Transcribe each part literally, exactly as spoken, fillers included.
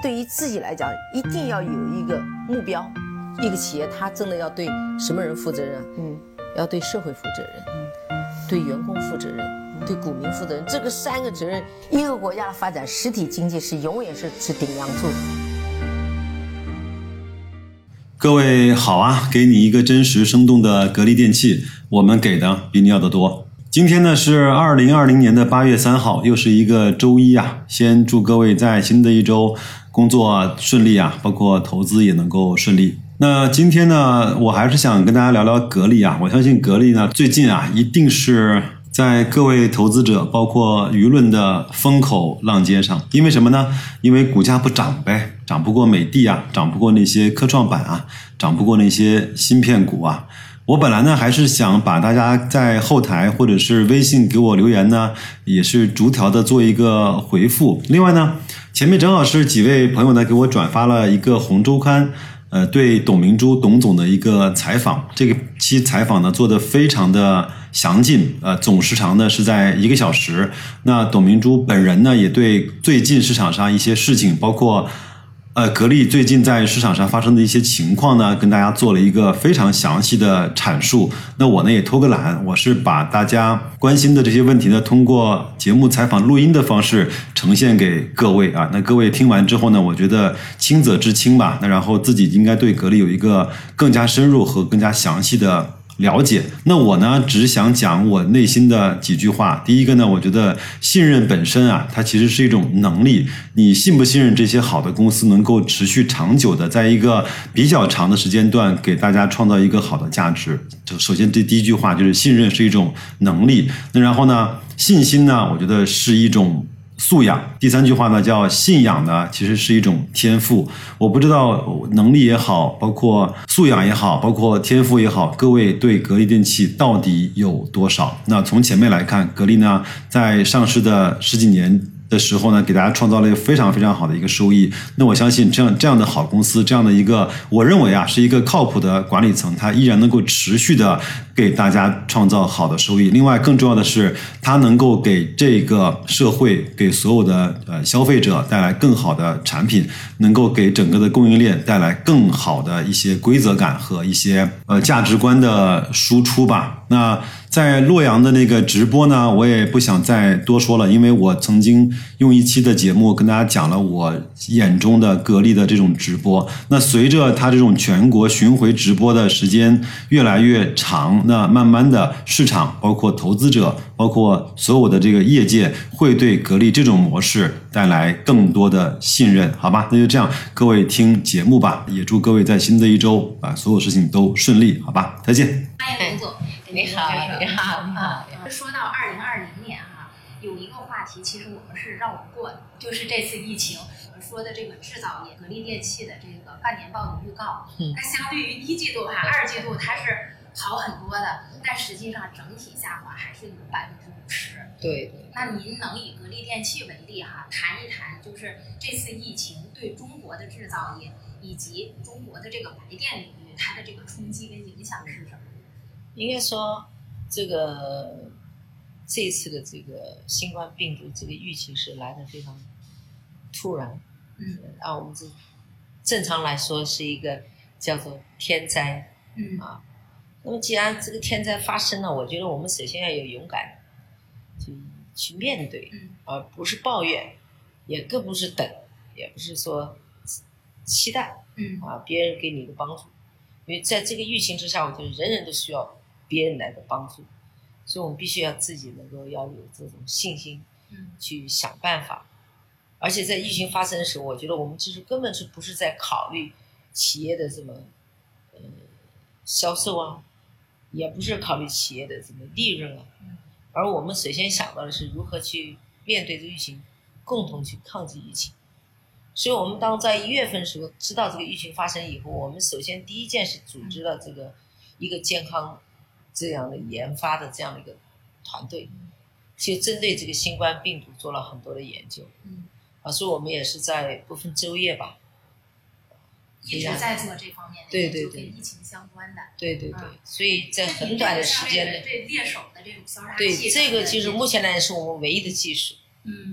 对于自己来讲，一定要有一个目标。一个企业，它真的要对什么人负责任？嗯，要对社会负责任，嗯，对员工负责任，对股民负责任。这个三个责任，一个国家的发展，实体经济是永远是是顶梁柱。 各位好啊，给你一个真实生动的格力电器，我们给的比你要的多。今天呢是二零二零年的八月三号，又是一个周一啊。先祝各位在新的一周工作顺利啊，包括投资也能够顺利。那今天呢，我还是想跟大家聊聊格力啊。我相信格力呢，最近啊，一定是在各位投资者包括舆论的风口浪尖上。因为什么呢？因为股价不涨呗，涨不过美的啊，涨不过那些科创板啊，涨不过那些芯片股啊。我本来呢还是想把大家在后台或者是微信给我留言呢，也是逐条的做一个回复。另外呢，前面正好是几位朋友呢给我转发了一个红周刊呃，对董明珠董总的一个采访，这个期采访呢做得非常的详尽，呃，总时长呢是在一个小时。那董明珠本人呢也对最近市场上一些事情，包括呃格力最近在市场上发生的一些情况呢，跟大家做了一个非常详细的阐述。那我呢也偷个懒，我是把大家关心的这些问题呢，通过节目采访录音的方式呈现给各位啊。那各位听完之后呢，我觉得清则之清吧，那然后自己应该对格力有一个更加深入和更加详细的了解。那我呢只想讲我内心的几句话。第一个呢，我觉得信任本身啊，它其实是一种能力。你信不信任这些好的公司能够持续长久的在一个比较长的时间段给大家创造一个好的价值。就首先这第一句话就是信任是一种能力。那然后呢，信心呢，我觉得是一种素养。第三句话呢叫信仰呢，其实是一种天赋。我不知道能力也好，包括素养也好，包括天赋也好，各位对格力电器到底有多少？那从前面来看，格力呢在上市的十几年的时候呢，给大家创造了一个非常非常好的一个收益。那我相信这样这样的好公司，这样的一个我认为啊是一个靠谱的管理层，它依然能够持续的给大家创造好的收益。另外更重要的是，它能够给这个社会，给所有的呃消费者带来更好的产品，能够给整个的供应链带来更好的一些规则感和一些呃价值观的输出吧。那在洛阳的那个直播呢，我也不想再多说了，因为我曾经用一期的节目跟大家讲了我眼中的格力的这种直播。那随着它这种全国巡回直播的时间越来越长，那慢慢的市场包括投资者包括所有的这个业界会对格力这种模式带来更多的信任，好吧？那就这样，各位听节目吧，也祝各位在新的一周把所有事情都顺利，好吧？再见。 欢迎总。 你好，你好，你好。 说到二零二零年哈，有一个话题，其实我们是绕不过的，就是这次疫情说的这个制造业，格力电器的这个半年报的预告。嗯，它相对于一季度哈，二季度它是好很多的，但实际上整体下滑还是有百分之五十。 对。 那您能以格力电器为例哈，谈一谈就是这次疫情对中国的制造业以及中国的这个白电领域它的这个冲击跟影响是什么？ 应该说，这个这次的这个新冠病毒这个疫情是来得非常突然，嗯，啊，我们这正常来说是一个叫做天灾，嗯啊，那么既然这个天灾发生了，我觉得我们首先要有勇敢去去面对，嗯，而不是抱怨，也更不是等，也不是说期待，嗯啊，别人给你的帮助，因为在这个疫情之下，我觉得人人都需要别人来的帮助，所以我们必须要自己能够要有这种信心，去想办法。而且在疫情发生的时候，我觉得我们其实根本是不是在考虑企业的什么呃销售啊，也不是考虑企业的什么利润啊，而我们首先想到的是如何去面对这个疫情，共同去抗击疫情。所以我们当在一月份的时候知道这个疫情发生以后，我们首先第一件事组织了这个一个健康这样的研发的这样的一个团队，就针对这个新冠病毒做了很多的研究，嗯，啊，所以我们也是在不分昼夜吧， 一直在做这方面的研究，跟疫情相关的， 对对 对, 对、嗯，所以在很短的时间内， 对猎手的这种消杀器，对这个其实目前来说是我们唯一的技术，嗯，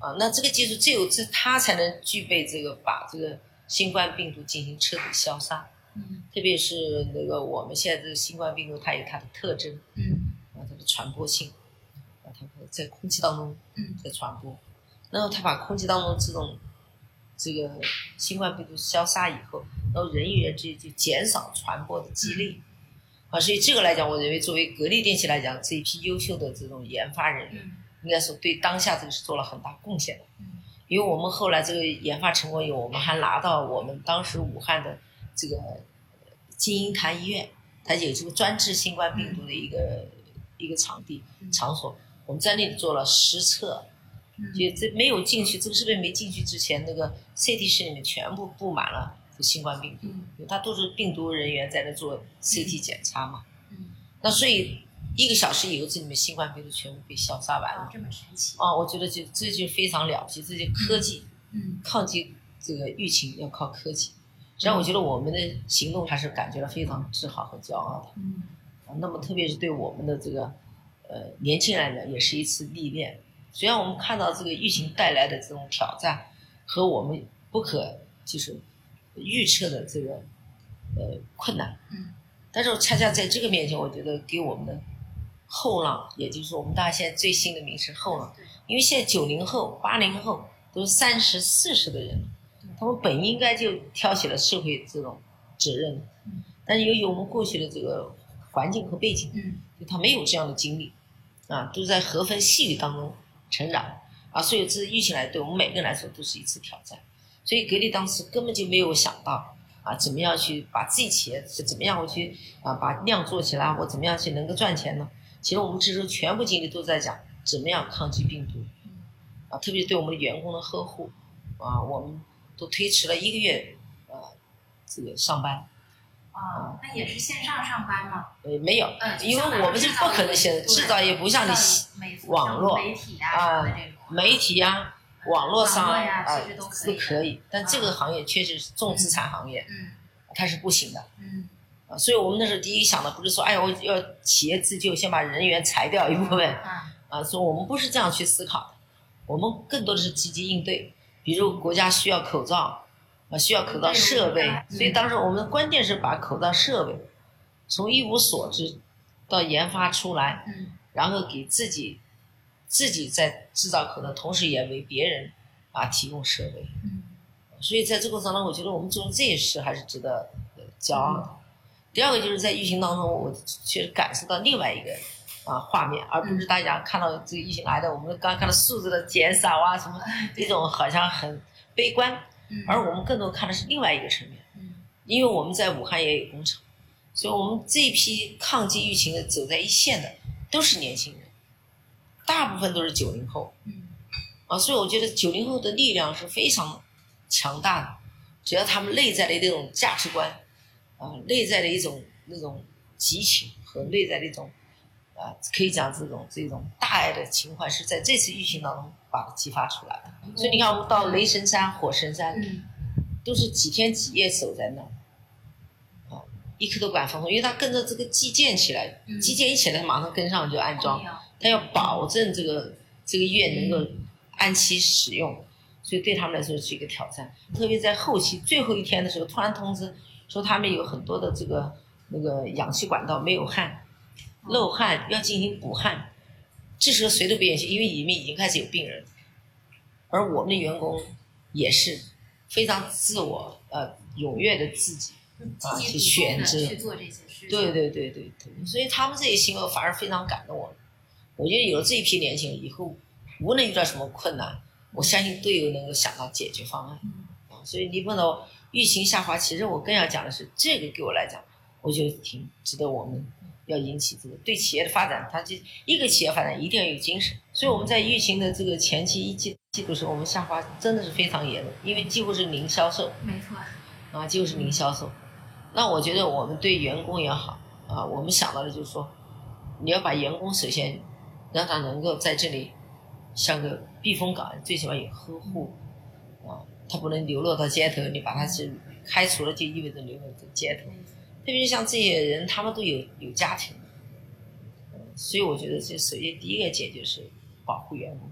啊，那这个技术只有这它才能具备这个把这个新冠病毒进行彻底消杀。 嗯， 特别是那个我们现在这个新冠病毒，它有它的特征， 嗯， 啊，它的传播性，啊，它在空气当中嗯在传播，然后它把空气当中这种这个新冠病毒消杀以后，然后人与人之间就减少传播的几率。啊，所以这个来讲，我认为作为格力电器来讲，这一批优秀的这种研发人员， 嗯应该说对当下这个是做了很大贡献的。 嗯， 因为我们后来这个研发成功以后，我们还拿到我们当时武汉的这个金银潭医院，它有这个专治新冠病毒的一个、嗯、一个场地场所，我们在那里做了实测，就这没有进去，这个设备没进去之前，那个 C T 室里面全部布满了新冠病毒，因为它都是病毒人员在那做 C T 检查嘛。 嗯， 那所以一个小时以后，这里面新冠病毒全部被消杀完了。 哦，这么神奇啊！我觉得就这就非常了不起，这就科技， 嗯， 抗击这个疫情要靠科技。实际上，我觉得我们的行动还是感觉到非常自豪和骄傲的。 嗯， 啊，那么特别是对我们的这个呃年轻人来讲，也是一次历练。虽然我们看到这个疫情带来的这种挑战和我们不可就是预测的这个呃困难， 嗯， 但是恰恰在这个面前，我觉得给我们的后浪，也就是说我们大家现在最新的名词后浪，因为现在九零后、八零后都是三十、四十的人，他们本应该就挑起了社会这种责任， 嗯， 但是由于我们过去的这个环境和背景， 嗯， 就他没有这样的经历，啊，都是在和风细雨当中成长，啊，所以这疫情来对我们每个人来说都是一次挑战，所以格力当时根本就没有想到。啊，怎么样去把自己企业怎么样我去啊把量做起来，我怎么样去能够赚钱呢？其实我们这时候全部精力都在讲怎么样抗击病毒，啊，特别对我们的员工的呵护，啊，我们都推迟了一个月，呃，这个上班。 啊，那也是线上上班吗？ 呃，没有， 嗯， 因为我们是不可能现制造业不像你网络媒体啊这种媒体啊。网络上啊都可以，但这个行业确实是重资产行业， 嗯， 它是不行的， 嗯， 啊，所以我们那时候第一想的不是说，哎呀，我要企业自救，先把人员裁掉一部分，啊，所以我们不是这样去思考的，我们更多的是积极应对，比如国家需要口罩，啊，需要口罩设备，所以当时我们关键是把口罩设备从一无所知到研发出来， 嗯， 然后给自己。自己在制造口罩，同时也为别人啊提供设备， 嗯， 所以在这个过程中，我觉得我们做的这些事还是值得骄傲的。嗯、第二个就是在疫情当中，我确实感受到另外一个啊画面，而不是大家看到这个疫情来的，我们刚刚看到数字的减少啊什么这种好像很悲观， 嗯， 而我们更多看的是另外一个层面， 嗯， 因为我们在武汉也有工厂，所以我们这一批抗击疫情的走在一线的都是年轻人。大部分都是九零后， 嗯， 啊，所以我觉得九零后的力量是非常强大的，只要他们内在的那种价值观，啊，内在的一种那种激情和内在的一种，啊，可以讲这种这种大爱的情怀是在这次疫情当中把它激发出来的。嗯、所以你看，我们到雷神山、火神山， 嗯， 都是几天几夜守在那儿，啊，一刻都不敢放松，因为它跟着这个基建起来， 嗯、 基建一起来，马上跟上就安装。他要保证这个这个医院能够安期使用，所以对他们来说是一个挑战。特别在后期最后一天的时候，突然通知说他们有很多的这个那个氧气管道没有焊，漏焊要进行补焊。这时候谁都不愿意去，因为里面已经开始有病人，而我们的员工也是非常自我呃踊跃的自己啊去选择去做这些事情。 对对对对对，所以他们这些行为反而非常感动我们。我觉得有了这一批年轻人以后，无论遇到什么困难，我相信都有能够想到解决方案。啊，所以你问到疫情下滑，其实我更要讲的是，这个给我来讲，我觉得挺值得我们要引起这个对企业的发展，它就一个企业发展一定要有精神。所以我们在疫情的这个前期一季季度时候，我们下滑真的是非常严重，因为几乎是零销售。 没错。 啊，几乎是零销售。那我觉得我们对员工也好啊，我们想到的就是说，你要把员工首先。让他能够在这里像个避风港，最起码有呵护啊，他不能流落到街头，你把他是开除了就意味着流落到街头。特别是像这些人，他们都有有家庭，所以我觉得这首先第一个解决是保护员工，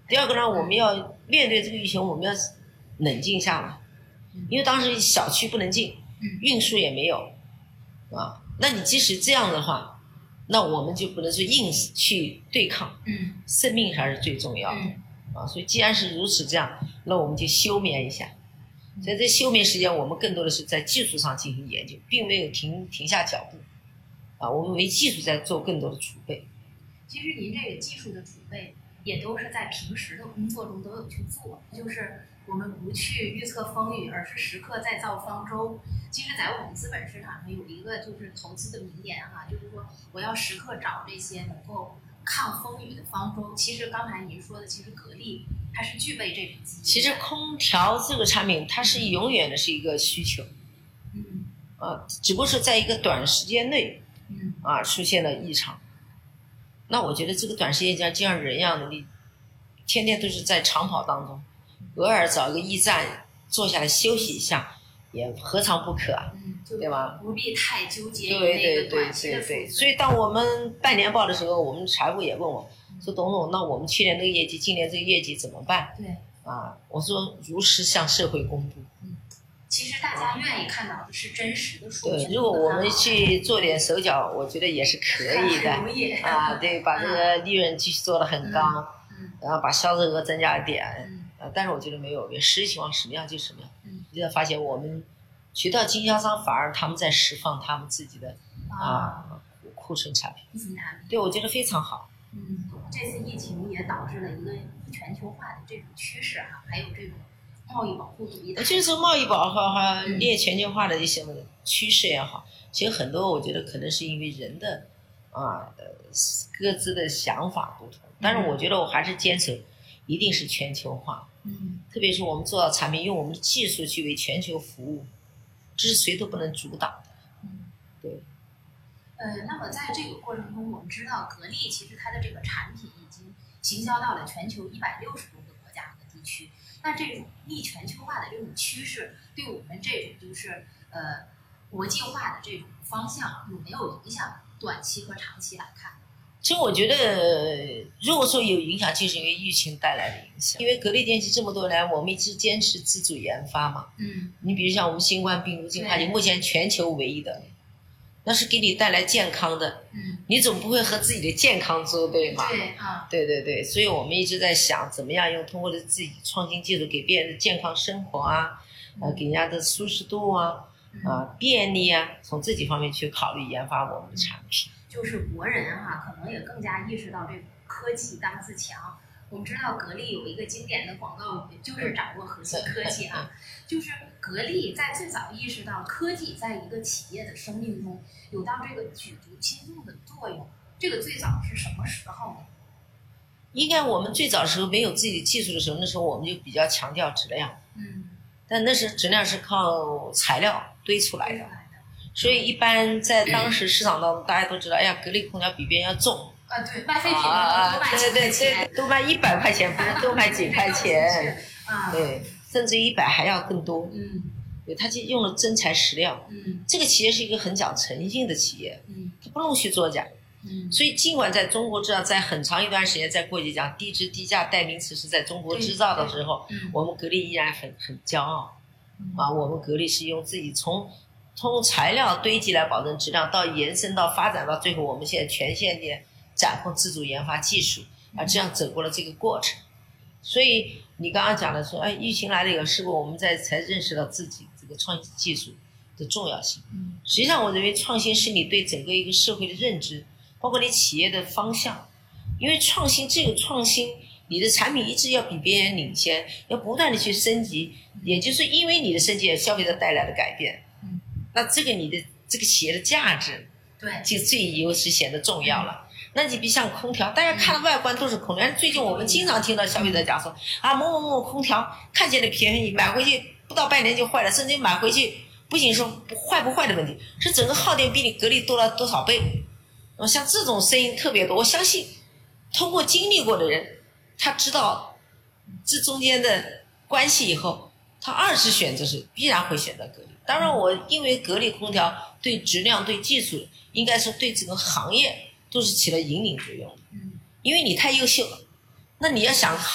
第二个呢，我们要面对这个疫情，我们要冷静下来，因为当时小区不能进，运输也没有啊。那你即使这样的话，那我们就不能说硬去对抗， 嗯， 生命才是最重要的、 嗯、 啊。所以既然是如此这样，那我们就休眠一下。所以这休眠时间，我们更多的是在技术上进行研究，并没有停停下脚步啊。我们为技术在做更多的储备。 其实您这个技术的储备也都是在平时的工作中都有去做，就是我们不去预测风雨，而是时刻在造方舟。其实在我们资本市场上有一个就是投资的名言哈、啊，就是说我要时刻找这些能够抗风雨的方舟。其实刚才您说的，其实格力它是具备这种基因。 其实空调这个产品它是永远的是一个需求， 嗯， 啊，只不过是在一个短时间内， 嗯啊出现了异常。那我觉得这个短时间间就像人一样的，你天天都是在长跑当中，偶尔找一个驿站坐下来休息一下，也何尝不可啊？ 嗯， 对吧？ 不必太纠结于对对那个对短期的对对。 数字。 所以当我们半年报的时候，我们财务也问我说：“董总，那我们去年这个业绩，今年这个业绩怎么办？” 对啊，我说如实向社会公布。 其实大家愿意看到的是真实的数据。 对，如果我们去做点手脚，我觉得也是可以的啊。对，把这个利润继续做得很高， 嗯， 然后把销售额增加一点， 嗯， 啊，但是我觉得没有，实际情况什么样就什么样。 嗯， 你就发现我们渠道经销商反而他们在释放他们自己的啊库存产品， 库存产品。 对，我觉得非常好。 嗯，这次疫情也导致了一个全球化的这种趋势哈、啊，还有这种贸易保护主义。 就是说贸易保护哈，列全球化的一些趋势也好，其实很多我觉得可能是因为人的啊呃各自的想法不同，但是我觉得我还是坚持一定是全球化。 嗯， 特别是我们做到产品用我们的技术去为全球服务，这是谁都不能阻挡的。 嗯， 对。 呃，那么在这个过程中，我们知道格力其实它的这个产品已经行销到了全球一百六十多个国家和地区。那这种逆全球化的这种趋势，对我们这种就是呃国际化的这种方向有没有影响？短期和长期来看， 其实我觉得，如果说有影响，就是因为疫情带来的影响。因为格力电器这么多年，我们一直坚持自主研发嘛。 嗯。 你比如像我们新冠病毒进化剂，目前全球唯一的，那是给你带来健康的。 嗯。你总不会和自己的健康作对嘛？ 对啊。 对对对，所以我们一直在想，怎么样用通过的自己创新技术，给别人的健康生活啊，嗯、呃，给人家的舒适度啊。啊，便利啊，从这几方面去考虑研发我们的产品。 就是国人哈、啊，可能也更加意识到这种科技当自强。我们知道格力有一个经典的广告，就是掌握核心科技啊。就是格力在最早意识到科技在一个企业的生命中有到这个举足轻重的作用。这个最早是什么时候呢？ 应该我们最早的时候没有自己的技术的时候，那时候我们就比较强调质量。 嗯。但那是质量是靠材料堆出来的，所以一般在当时市场当中，大家都知道，哎呀，格力空调比别人要重啊，对，卖废品啊， 都卖对对对，都卖一百块钱，不是都卖几块钱， 啊， 对，甚至一百还要更多， 嗯， 对，他就用了真材实料， 嗯， 这个企业是一个很讲诚信的企业， 嗯， 他不容许作假， 嗯， 所以尽管在中国制造，在很长一段时间，在过去讲低质低价代名词是在中国制造的时候， 嗯， 我们格力依然很很骄傲。啊，我们格力是用自己从从材料堆积来保证质量，到延伸到发展到最后，我们现在全线的掌控自主研发技术啊，这样走过了这个过程。所以你刚刚讲的说，哎，疫情来了以后，是不是我们在才认识到自己这个创新技术的重要性？ 嗯， 实际上我认为创新是你对整个一个社会的认知，包括你企业的方向，因为创新这个创新。你的产品一直要比别人领先，要不断的去升级，也就是因为你的升级，消费者带来的改变， 嗯， 那这个你的这个企业的价值， 对， 就最尤其显得重要了。嗯、那你比像空调，大家看的外观都是空调，最近我们经常听到消费者讲说，啊，某某某空调看起来便宜，买回去不到半年就坏了，甚至买回去不仅是坏不坏的问题，是整个耗电比你格力多了多少倍。啊，像这种声音特别多，我相信通过经历过的人。他知道这中间的关系以后，他二次选择是必然会选择格力。当然，我因为格力空调对质量、对技术，应该是对整个行业都是起了引领作用的。嗯，因为你太优秀了，那你要想好，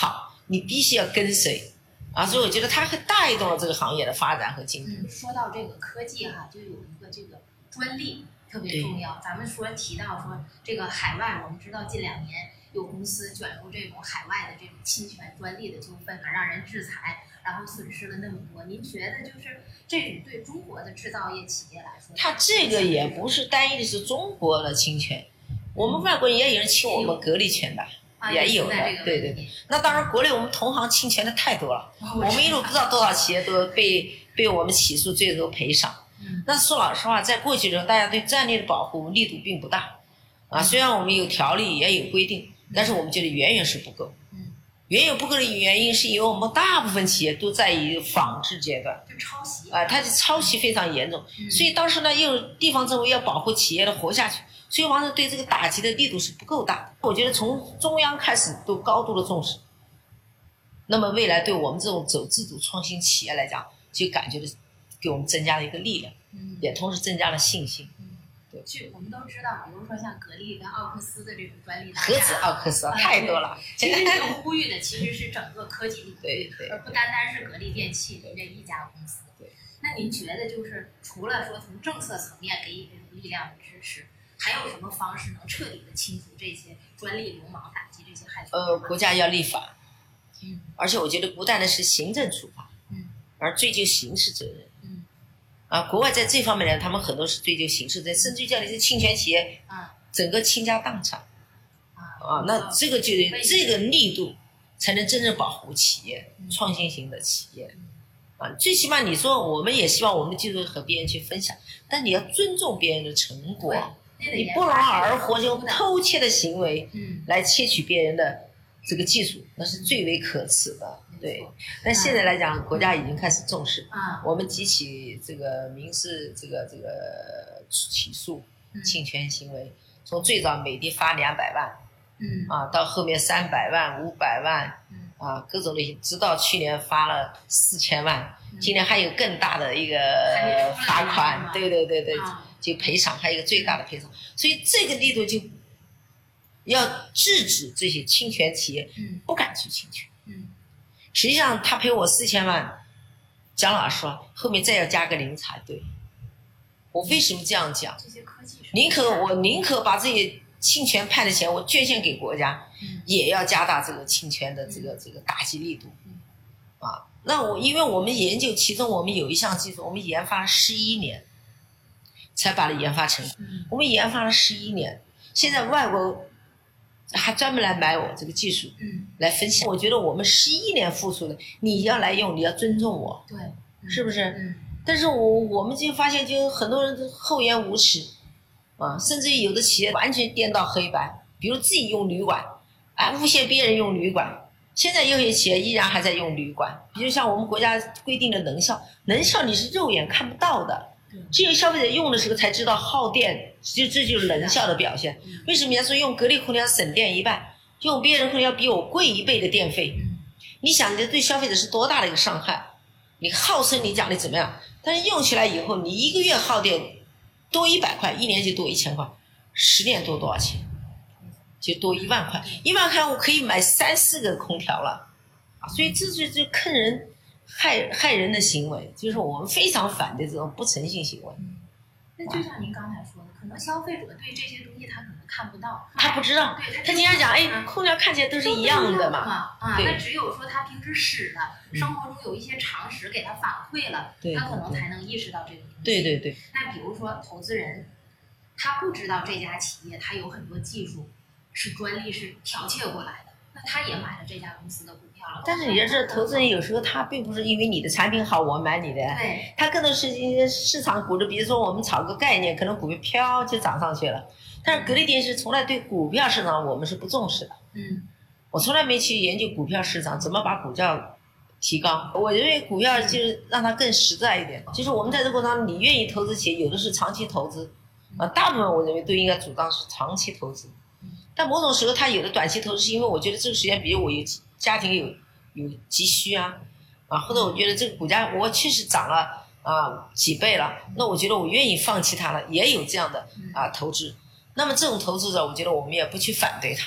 你必须要跟随啊，所以我觉得它还带动了这个行业的发展和进步。 嗯，说到这个科技哈，就有一个这个专利特别重要。咱们说提到说这个海外，我们知道近两年有公司卷入这种海外的这种侵权专利的纠纷啊，让人制裁，然后损失了那么多。您觉得就是这种对中国的制造业企业来说， 它这个也不是单一的是中国的侵权，我们外国人也有人侵我们格力权的。也有的，对对对。那当然，国内我们同行侵权的太多了，我们一路不知道多少企业都被被我们起诉，最后赔偿。那说老实话，在过去的时候，大家对战略的保护力度并不大啊。虽然我们有条例也有规定，但是我们觉得远远是不够。远远不够的原因是因为我们大部分企业都在于仿制阶段， 就抄袭啊，它的抄袭非常严重，所以当时呢，又地方政府要保护企业的活下去。所以往往对这个打击的力度是不够大的，我觉得从中央开始都高度的重视。那么未来对我们这种走自主创新企业来讲，就感觉的给我们增加了一个力量，嗯，也同时增加了信心。 嗯，对，就我们都知道，比如说像格力跟奥克斯的这种专利， 何止奥克斯啊，太多了。 其实这个呼吁的其实是整个科技领域， 对对， 而不单单是格力电器的这一家公司。 对， 那您觉得就是除了说从政策层面给予这种力量的支持？还有什么方式能彻底的清除这些专利流氓，打击这些害群？ 呃，国家要立法，嗯，而且我觉得不单单是行政处罚，嗯，而追究刑事责任，嗯，啊，国外在这方面呢，他们很多是追究刑事责任，甚至叫你是侵权企业，啊，整个倾家荡产，啊，啊，那这个就这个力度才能真正保护企业，嗯、创新型的企业，啊，最起码你说我们也希望我们的技术和别人去分享，但你要尊重别人的成果。你不劳而获，用偷窃的行为来窃取别人的这个技术，那是最为可耻的。对，但现在来讲，国家已经开始重视，我们提起这个民事这个这个起诉侵权行为，从最早美的发两百万，嗯啊，到后面三百万、五百万，啊，各种类型，直到去年发了四千万，今年还有更大的一个罚款，对对对对。就赔偿，还有一个最大的赔偿，所以这个力度就要制止这些侵权企业不敢去侵权。嗯，实际上他赔我四千万，讲老实话，后面再要加个零才对。我为什么这样讲？宁可我宁可把这些侵权判的钱我捐献给国家，嗯、也要加大这个侵权的这个这个打击力度。嗯、啊，那我因为我们研究，其中我们有一项技术，我们研发了十一年。才把它研发成功。我们研发了十一年，现在外国还专门来买我这个技术，嗯，来分享。我觉得我们十一年付出的，你要来用，你要尊重我， 对， 是不是？嗯。但是我我们就发现，就很多人厚颜无耻，啊，甚至于有的企业完全颠倒黑白，比如自己用铝管，啊，诬陷别人用铝管。现在有些企业依然还在用铝管，比如像我们国家规定的能效，能效你是肉眼看不到的。只有消费者用的时候才知道耗电，就这就是能效的表现。为什么要说用格力空调省电一半，用别人空调比我贵一倍的电费？你想这对消费者是多大的一个伤害？你号称你讲的怎么样，但是用起来以后，你一个月耗电多一百块，一年就多一千块，十年多多少钱？就多一万块，一万块我可以买三四个空调了啊！所以这就就坑人。害害人的行为，就是我们非常反对这种不诚信行为。 嗯，那就像您刚才说的，可能消费者对这些东西他可能看不到， 他不知道， 对， 他经常讲，哎，空调看起来都是一样的嘛， 啊，那只有说他平时使的，生活中有一些常识给他反馈了，他可能才能意识到这个东西。 对对对。 那比如说投资人，他不知道这家企业他有很多技术是专利是剽窃过来的，那他也买了这家公司的股票。 但是也是投资人有时候他并不是因为你的产品好我买你的， 对， 他更多是因为市场股的，比如说我们炒个概念，可能股票飘就涨上去了。但是格力电视从来对股票市场我们是不重视的，嗯，我从来没去研究股票市场怎么把股价提高。我认为股票就是让它更实在一点，就是我们在这个过程当中，你愿意投资企业，有的是长期投资，啊，大部分我认为都应该主张是长期投资。但某种时候，它有的短期投资是因为我觉得这个时间，比如我有家庭有有急需啊，啊，或者我觉得这个股价我确实涨了啊几倍了，那我觉得我愿意放弃它了，也有这样的啊投资。那么这种投资者，我觉得我们也不去反对它，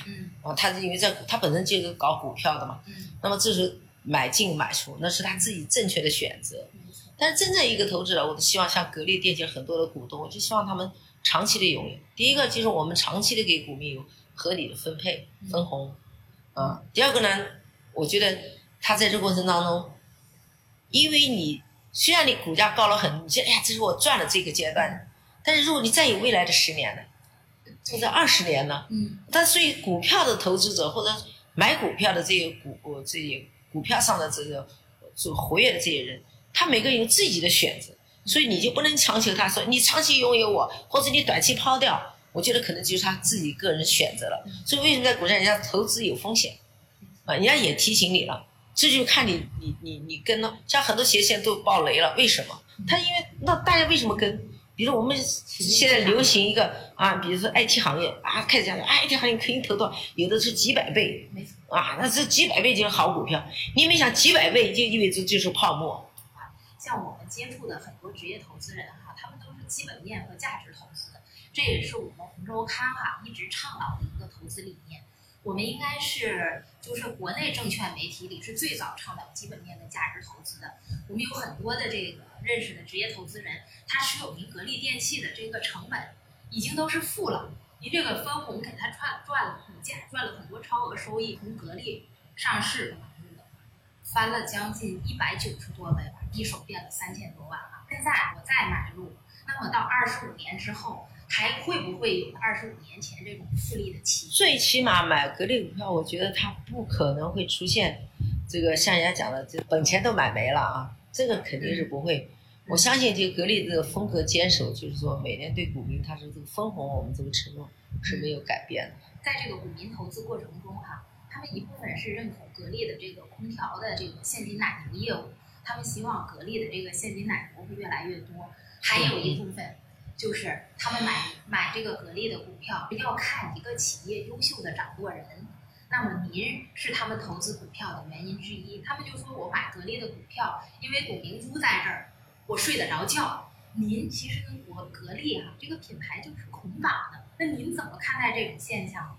啊，他因为在他本身就是搞股票的嘛， 嗯， 那么这是买进买出，那是他自己正确的选择。 没错， 但是真正一个投资者，我都希望像格力电器很多的股东，我就希望他们长期的拥有。第一个就是我们长期的给股民有合理的分配分红，啊，第二个呢，我觉得他在这个过程当中，因为你虽然你股价高了很，你觉得哎呀，这是我赚了这个阶段，但是如果你再有未来的十年呢，或者二十年呢， 嗯， 但所以股票的投资者或者买股票的这些股这些股票上的这个做活跃的这些人，他每个人有自己的选择，所以你就不能强求他说你长期拥有我，或者你短期抛掉，我觉得可能就是他自己个人选择了。所以为什么在股市人家投资有风险啊？人家也提醒你了，这就看你你你你跟了，像很多企业现在都爆雷了，为什么？他因为那大家为什么跟？比如我们现在流行一个啊，比如说 I T 行业啊，开始讲 I T 行业可以投多少，有的是几百倍， 没错啊，那这几百倍就是好股票。你没想几百倍就意味着就是泡沫。 像我们接触的很多职业投资人哈，他们都是基本面和价值投资的，这也是我们红周刊哈一直倡导的一个投资理念。我们应该是就是国内证券媒体里是最早倡导基本面的价值投资的。我们有很多的这个认识的职业投资人，他持有您格力电器的这个成本已经都是负了，您这个分红给他赚赚了股价赚了很多超额收益，从格力上市翻了将近一百九十多倍吧，一手变了三千多万啊！现在我再买入，那么到二十五年之后，还会不会有二十五年前这种复利的期？ 最起码买格力股票，我觉得它不可能会出现这个像人家讲的，这本钱都买没了啊，这个肯定是不会。我相信这个格力这个风格坚守，就是说每年对股民它是这个分红，我们这个承诺是没有改变的。 在这个股民投资过程中哈、啊，他们一部分是认可格力的这个空调的这个现金奶油业务，他们希望格力的这个现金奶油会越来越多。还有一部分就是他们买买这个格力的股票要看一个企业优秀的掌舵人，那么您是他们投资股票的原因之一。他们就说我买格力的股票，因为股民猪在这儿，我睡得着觉。您其实跟国格力啊这个品牌就是空档的，那您怎么看待这种现象？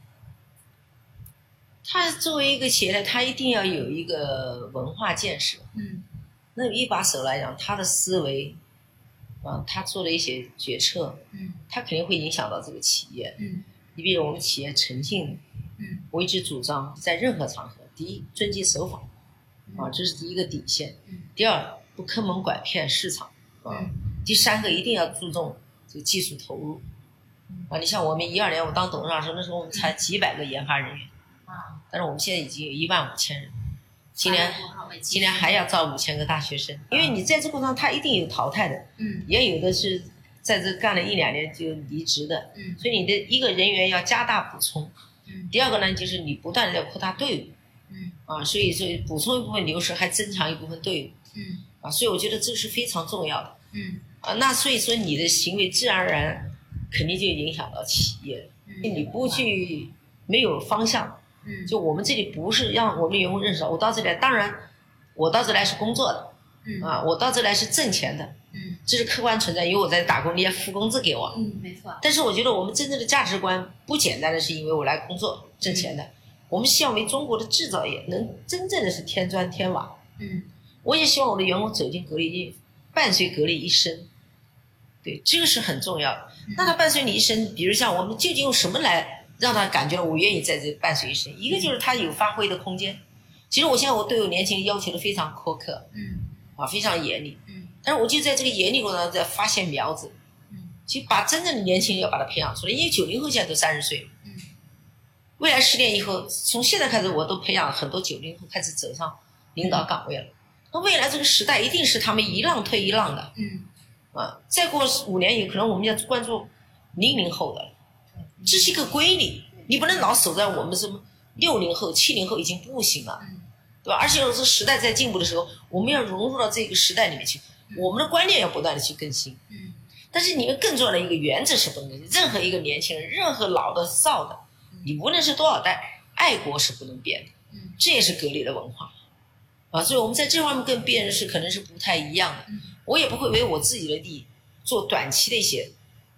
他作为一个企业呢，他一定要有一个文化建设。 嗯， 那一把手来讲，他的思维，啊，他做的一些决策， 嗯， 他肯定会影响到这个企业。 嗯， 你比如我们企业诚信， 嗯， 我一直主张在任何场合，第一遵纪守法，啊，这是第一个底线。 嗯， 第二不坑蒙拐骗市场，啊， 嗯， 第三个一定要注重这个技术投入。啊，你像我们一二年我当董事长的时候，那时候我们才几百个研发人员。 啊， 但是我们现在已经有一万五千人，今年今年还要招五千个大学生，因为你在这过程中他一定有淘汰的， 嗯， 也有的是在这干了一两年就离职的， 嗯， 所以你的一个人员要加大补充， 嗯， 第二个呢就是你不断的要扩大队伍， 嗯， 啊，所以说补充一部分流失，还增强一部分队伍， 嗯， 啊，所以我觉得这是非常重要的， 嗯， 啊，那所以说你的行为自然而然肯定就影响到企业， 嗯， 你不去没有方向。 嗯， 就我们这里不是让我们的员工认识到，我到这里来，当然我到这里来是工作的， 嗯啊，我到这里来是挣钱的， 嗯， 这是客观存在，因为我在打工，你也付工资给我， 嗯，没错。 但是我觉得我们真正的价值观不简单的是因为我来工作挣钱的，嗯、我们希望为中国的制造业能真正的是添砖添瓦， 嗯， 我也希望我的员工走进格力，伴随格力一生，对，这个是很重要的。嗯、那他伴随你一生，比如像我们究竟用什么来？让他感觉我愿意在这伴随一生，一个就是他有发挥的空间。其实我现在我对我年轻人要求的非常苛刻， 嗯， 啊，非常严厉， 嗯， 但是我就在这个严厉过程中在发现苗子， 嗯， 其实把真正的年轻人要把他培养出来，因为九零后现在都三十岁了， 嗯， 未来十年以后，从现在开始我都培养很多九零后开始走上领导岗位了，那未来这个时代一定是他们一浪推一浪的， 嗯， 啊，再过五年有可能我们要关注零零后的了。这是一个规律，你不能老守在我们什么六零后、七零后已经不行了，对吧？而且有时候时代在进步的时候，我们要融入到这个时代里面去，我们的观念要不断的去更新。嗯，但是你们更重要的一个原则是不能更新。任何一个年轻人，任何老的少的，你无论是多少代，爱国是不能变的。嗯，这也是格力的文化啊，所以我们在这方面跟别人是可能是不太一样的。我也不会为我自己的利益做短期的一些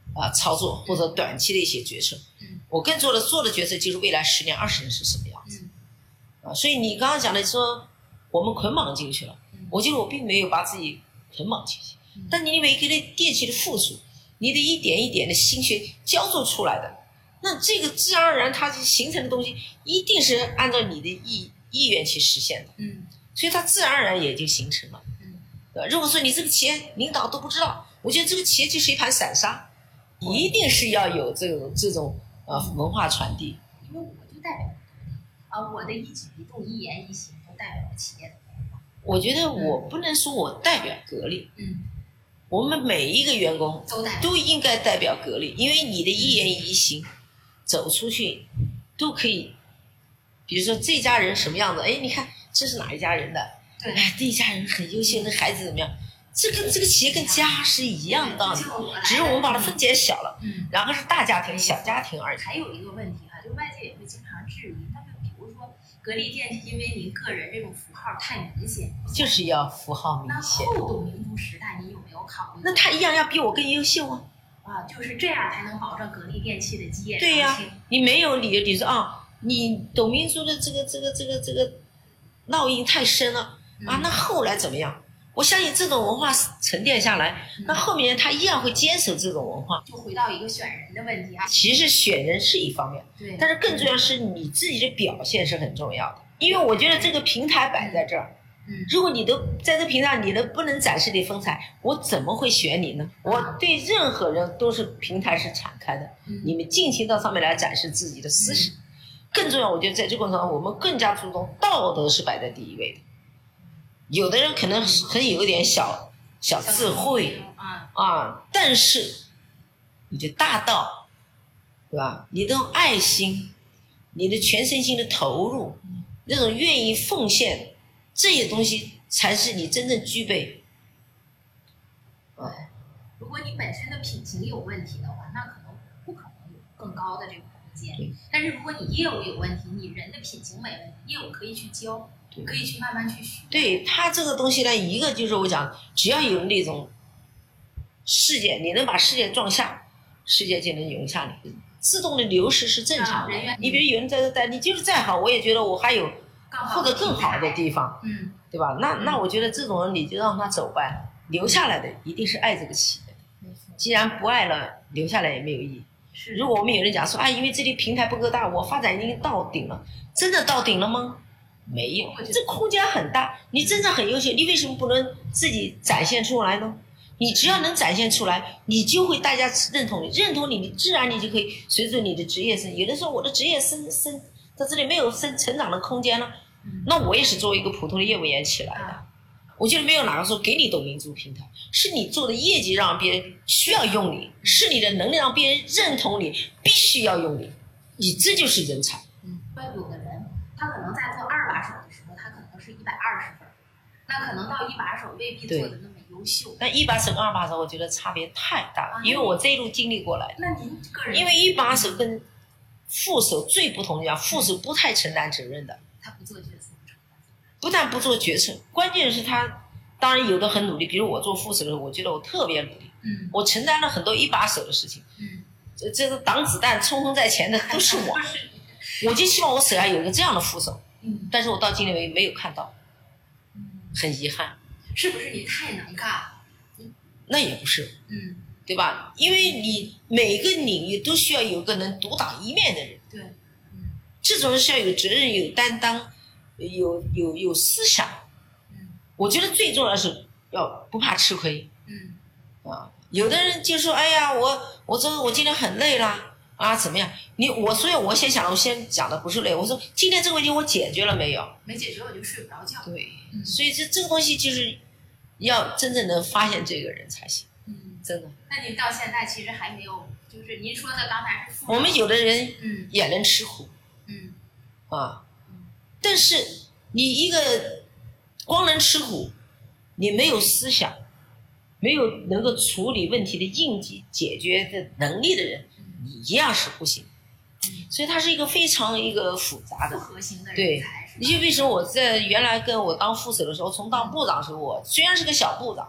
啊、操作或者短期的一些决策。 嗯， 我更做的做的决策就是未来十年、二十年是什么样子。 嗯啊，所以你刚刚讲的说我们捆绑进去了， 嗯我觉得我并没有把自己捆绑进去， 嗯但你每个的电器的付出，你的一点一点的心血交做出来的，那这个自然而然它形成的东西一定是按照你的意意愿去实现的， 嗯所以它自然而然也就形成了。 嗯， 对吧？如果说你这个企业领导都不知道，我觉得这个企业就是一盘散沙，一定是要有这种这种呃文化传递。 因为我就代表啊，我的一举一动、一言一行都代表了企业的文化。 我觉得我不能说我代表格力， 嗯， 我们每一个员工都代表都应该代表格力，因为你的一言一行走出去都可以。比如说这家人什么样子，哎，你看这是哪一家人的？ 对， 哎，这一家人很优秀，那孩子怎么样？这跟这个企业跟家是一样的道理，只是我们把它分解小了， 嗯， 然后是大家庭、小家庭而已。 还有一个问题哈，就外界也会经常质疑，那就比如说格力电器，因为您个人这种符号太明显， 就是要符号明那显。 后董明珠时代，你有没有考虑？ 那他一样要比我更优秀啊！ 啊，就是这样才能保证格力电器的基业对呀、 长青。 你没有理由，你说啊，你董明珠的这个这个这个这个烙印太深了啊，那后来怎么样？我相信这种文化沉淀下来，那后面他依然会坚守这种文化。 就回到一个选人的问题啊， 其实选人是一方面， 对， 但是更重要是你自己的表现是很重要的。因为我觉得这个平台摆在这儿， 嗯如果你都在这平台上你都不能展示你风采，我怎么会选你呢？我对任何人都是平台是敞开的， 嗯你们尽情到上面来展示自己的思想。更重要，我觉得在这个过程中，我们更加注重道德是摆在第一位的。有的人可能很有一点小小智慧啊， 啊，但是你的大道，对吧？你的爱心，你的全身心的投入，那种愿意奉献，这些东西才是你真正具备。啊， 如果你本身的品行有问题的话，那可能不可能有更高的这个空间对。 但是如果你业务有问题，你人的品行没问题，业务可以去教， 对可以去慢慢去学。 对他这个东西呢，一个就是我讲，只要有那种事件，你能把事件撞下，世界就能容下你，自动的流失是正常的。 啊人员你比如有人在这待，你就是再好，我也觉得我还有更好或者更好的地方， 嗯， 对吧？那那我觉得这种人你就让他走吧，留下来的一定是爱这个企业的。 没错， 既然不爱了，留下来也没有意义。 是。 如果我们有人讲说，哎，因为这里平台不够大，我发展已经到顶了，真的到顶了吗？没有，这空间很大。你真的很优秀，你为什么不能自己展现出来呢？你只要能展现出来，你就会大家认同你，认同你，你自然你就可以随着你的职业生。有的时候我的职业生生在这里没有生成长的空间了，那我也是作为一个普通的业务员起来的。我觉得没有哪个说给你董明珠平台，是你做的业绩让别人需要用你，是你的能力让别人认同你，必须要用你，你这就是人才。 嗯，有的人他可能在做二把手的时候，他可能是一百二十分，那可能到一把手未必做的那么优秀。 但一把手跟二把手，我觉得差别太大了，因为我这一路经历过来的。 那您个人， 因为一把手跟副手最不同的地方，副手不太承担责任的， 他不做决策， 不但不做决策，关键是他当然有的很努力。比如我做副手的时候，我觉得我特别努力， 嗯我承担了很多一把手的事情， 嗯， 这这个挡子弹冲锋在前的都是我，我就希望我手下有一个这样的副手， 嗯但是我到今天为止没有看到， 嗯， 很遗憾。 是不是你太能干了？ 那也不是， 嗯， 对吧？因为你每个领域都需要有个能独当一面的人， 对，嗯这种人是要有责任、有担当、有有有思想。 嗯我觉得最重要的是要不怕吃亏嗯啊！有的人就说：“哎呀，我我这我今天很累啦啊，怎么样？”你我所以，我先想了，我先讲的不是累，我说今天这个问题我解决了没有？ 没解决我就睡不着觉。 对， 嗯所以这这个东西就是要真正能发现这个人才行， 嗯， 真的。 那您到现在其实还没有，就是您说的刚才是副我们有的人嗯也能吃苦嗯啊，但是你一个光能吃苦，你没有思想，没有能够处理问题的应急解决的能力的人，你一样是不行。所以它是一个非常一个复杂的。 复合型的对人才是吧？ 你就为什么我在原来跟我当副手的时候，从当部长的时候，我虽然是个小部长， 嗯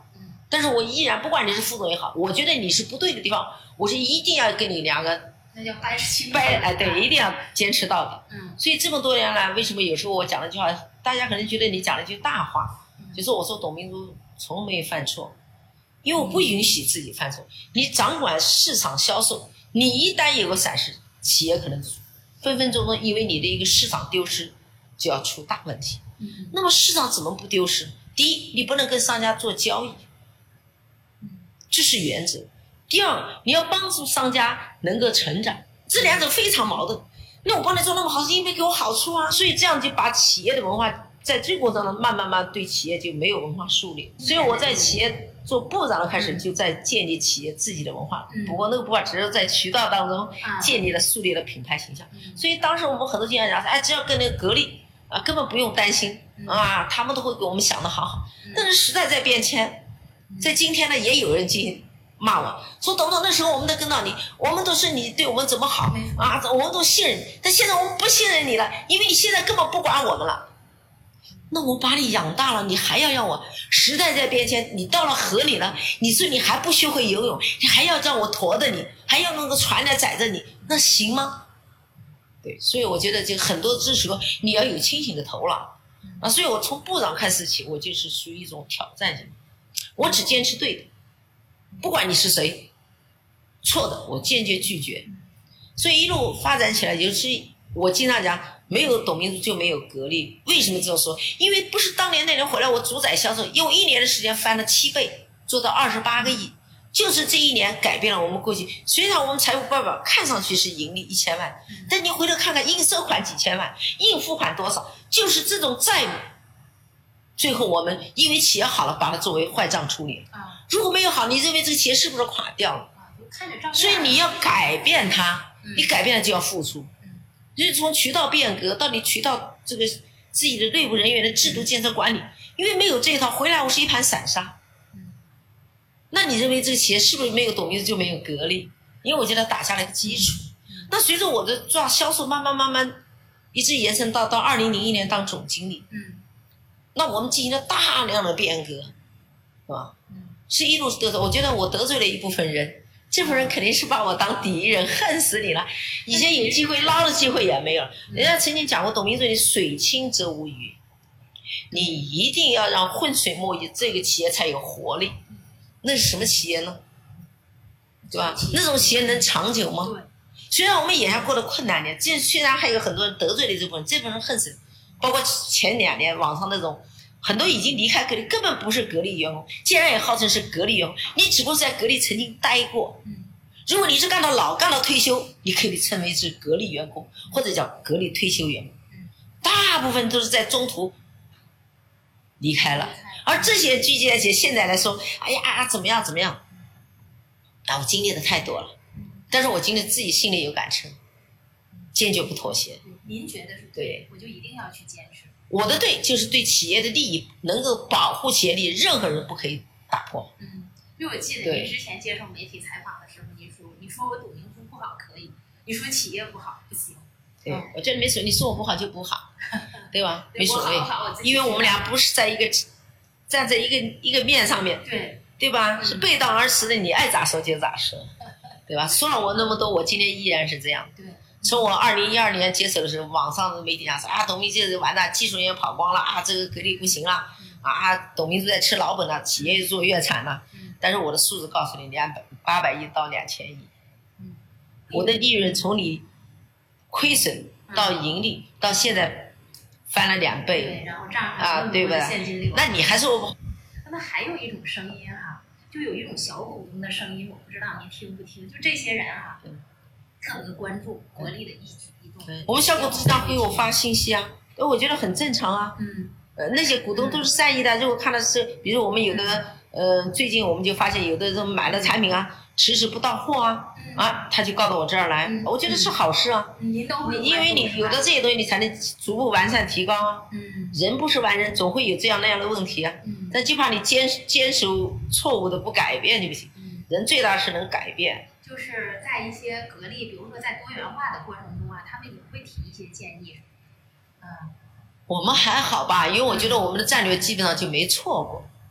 但是我依然不管你是副总也好，我觉得你是不对的地方，我是一定要跟你两个那叫掰扯清楚。 掰哎，对，一定要坚持到底。 嗯， 所以这么多年来，为什么有时候我讲了一句话，大家可能觉得你讲了一句大话， 嗯、 就是我说董明珠从没犯错，因为我不允许自己犯错。你掌管市场销售，你一旦有个闪失，企业可能分分钟钟因为你的一个市场丢失，就要出大问题。 嗯， 那么市场怎么不丢失？第一，你不能跟商家做交易，这是原则。第二，你要帮助商家能够成长，这两者非常矛盾。那我帮你做那么好，是因为给我好处啊，所以这样就把企业的文化在这个过程中慢慢慢对企业就没有文化树立。所以我在企业做部长的开始就在建立企业自己的文化，不过那个部分只是在渠道当中建立了树立了品牌形象。所以当时我们很多经验讲，哎，只要跟那个格力啊，根本不用担心啊，他们都会给我们想的好好。但是时代在变迁，在今天呢，也有人进行骂我说，董董那时候我们都跟到你，我们都是你对我们怎么好啊，我们都信任你，但现在我们不信任你了，因为你现在根本不管我们了。那我把你养大了，你还要让我时代在变迁，你到了河里了，你说你还不学会游泳，你还要让我驮着你，还要弄个船来载着你，那行吗？对，所以我觉得这很多这时候你要有清醒的头脑啊。所以我从部长开始起，我就是属于一种挑战性，我只坚持对的，不管你是谁，错的我坚决拒绝。所以一路发展起来，尤其我经常讲，没有董明珠就没有格力。为什么这么说？因为不是当年那人回来我主宰销售，用一年的时间翻了七倍，做到二十八个亿。就是这一年改变了我们过去。虽然我们财务报表看上去是盈利一千万，但你回头看看应收款几千万，应付款多少，就是这种债务。最后我们因为企业好了，把它作为坏账处理。如果没有好，你认为这个企业是不是垮掉了？所以你要改变它，你改变了就要付出。就是从渠道变革到你渠道这个自己的内部人员的制度建设管理，因为没有这一套，回来我是一盘散沙。那你认为这个企业是不是没有董明珠就没有格力？因为我觉得打下了一个基础。那随着我的做销售慢慢慢慢一直延伸到到二零零一年当总经理，嗯，那我们进行了大量的变革，是吧？嗯，是一路得罪，我觉得我得罪了一部分人，这部分人肯定是把我当敌人，恨死你了。以前有机会捞的机会也没有。人家曾经讲过，董明珠你水清则无鱼，你一定要让浑水摸鱼，这个企业才有活力。那是什么企业呢？对吧？那种企业能长久吗？对。虽然我们眼下过得困难点，这虽然还有很多人得罪了这部分人，这部分人恨死了。包括前两年网上那种很多已经离开格力，根本不是格力员工，既然也号称是格力员工，你只不过是在格力曾经待过。嗯。如果你是干到老，干到退休，你可以称为是格力员工，或者叫格力退休员工。嗯。大部分都是在中途离开了。而这些聚集在一起，现在来说，哎呀，怎么样怎么样？啊，我经历的太多了，但是我经历自己心里有杆秤，坚决不妥协。 您觉得是对， 我就一定要去坚持。 我的对就是对企业的利益能够保护企业利益，任何人不可以打破。 嗯，因为我记得您之前接受媒体采访的时候，您说你说我董明珠不好可以，你说企业不好不行。 对，嗯、我觉得没所谓，你说我不好就不好，对吧？ 对没所谓，因为我们俩不是在一个。站在一个一个面上面， 对对吧？嗯、是背道而驰的，你爱咋说就咋说，对吧？说了我那么多，我今天依然是这样。 对， 从我二零一二年接手的时候，网上的媒体讲说啊，董明珠这完了，技术人员跑光了啊，这个格力不行了、嗯、啊，董明珠在吃老本了，企业越做越惨了。嗯、但是我的数字告诉你，两百八百亿到两千亿，嗯，我的利润从你亏损到盈利、嗯、到现在。翻了两倍， 对，然后账上啊，对吧？那你还说我？ 那还有一种声音哈，就有一种小股东的声音，我不知道您听不听？就这些人哈，嗯、特别关注格力的一举一动。 我们小股东经常给我发信息啊，我觉得很正常啊。嗯。呃，那些股东都是善意的，如果看的是，比如我们有的，呃，最近我们就发现有的人买了产品啊。迟迟不到货啊，啊，他就告到我这儿来，嗯、我觉得是好事啊。 嗯、你因为你有的这些东西，你才能逐步完善提高啊。嗯，人不是完人，总会有这样那样的问题啊。嗯，但就怕你坚坚守错误的不改变就不行。嗯，人最大是能改变。 就是在一些格力，比如说在多元化的过程中啊，他们也会提一些建议。嗯， 我们还好吧，因为我觉得我们的战略基本上就没错过。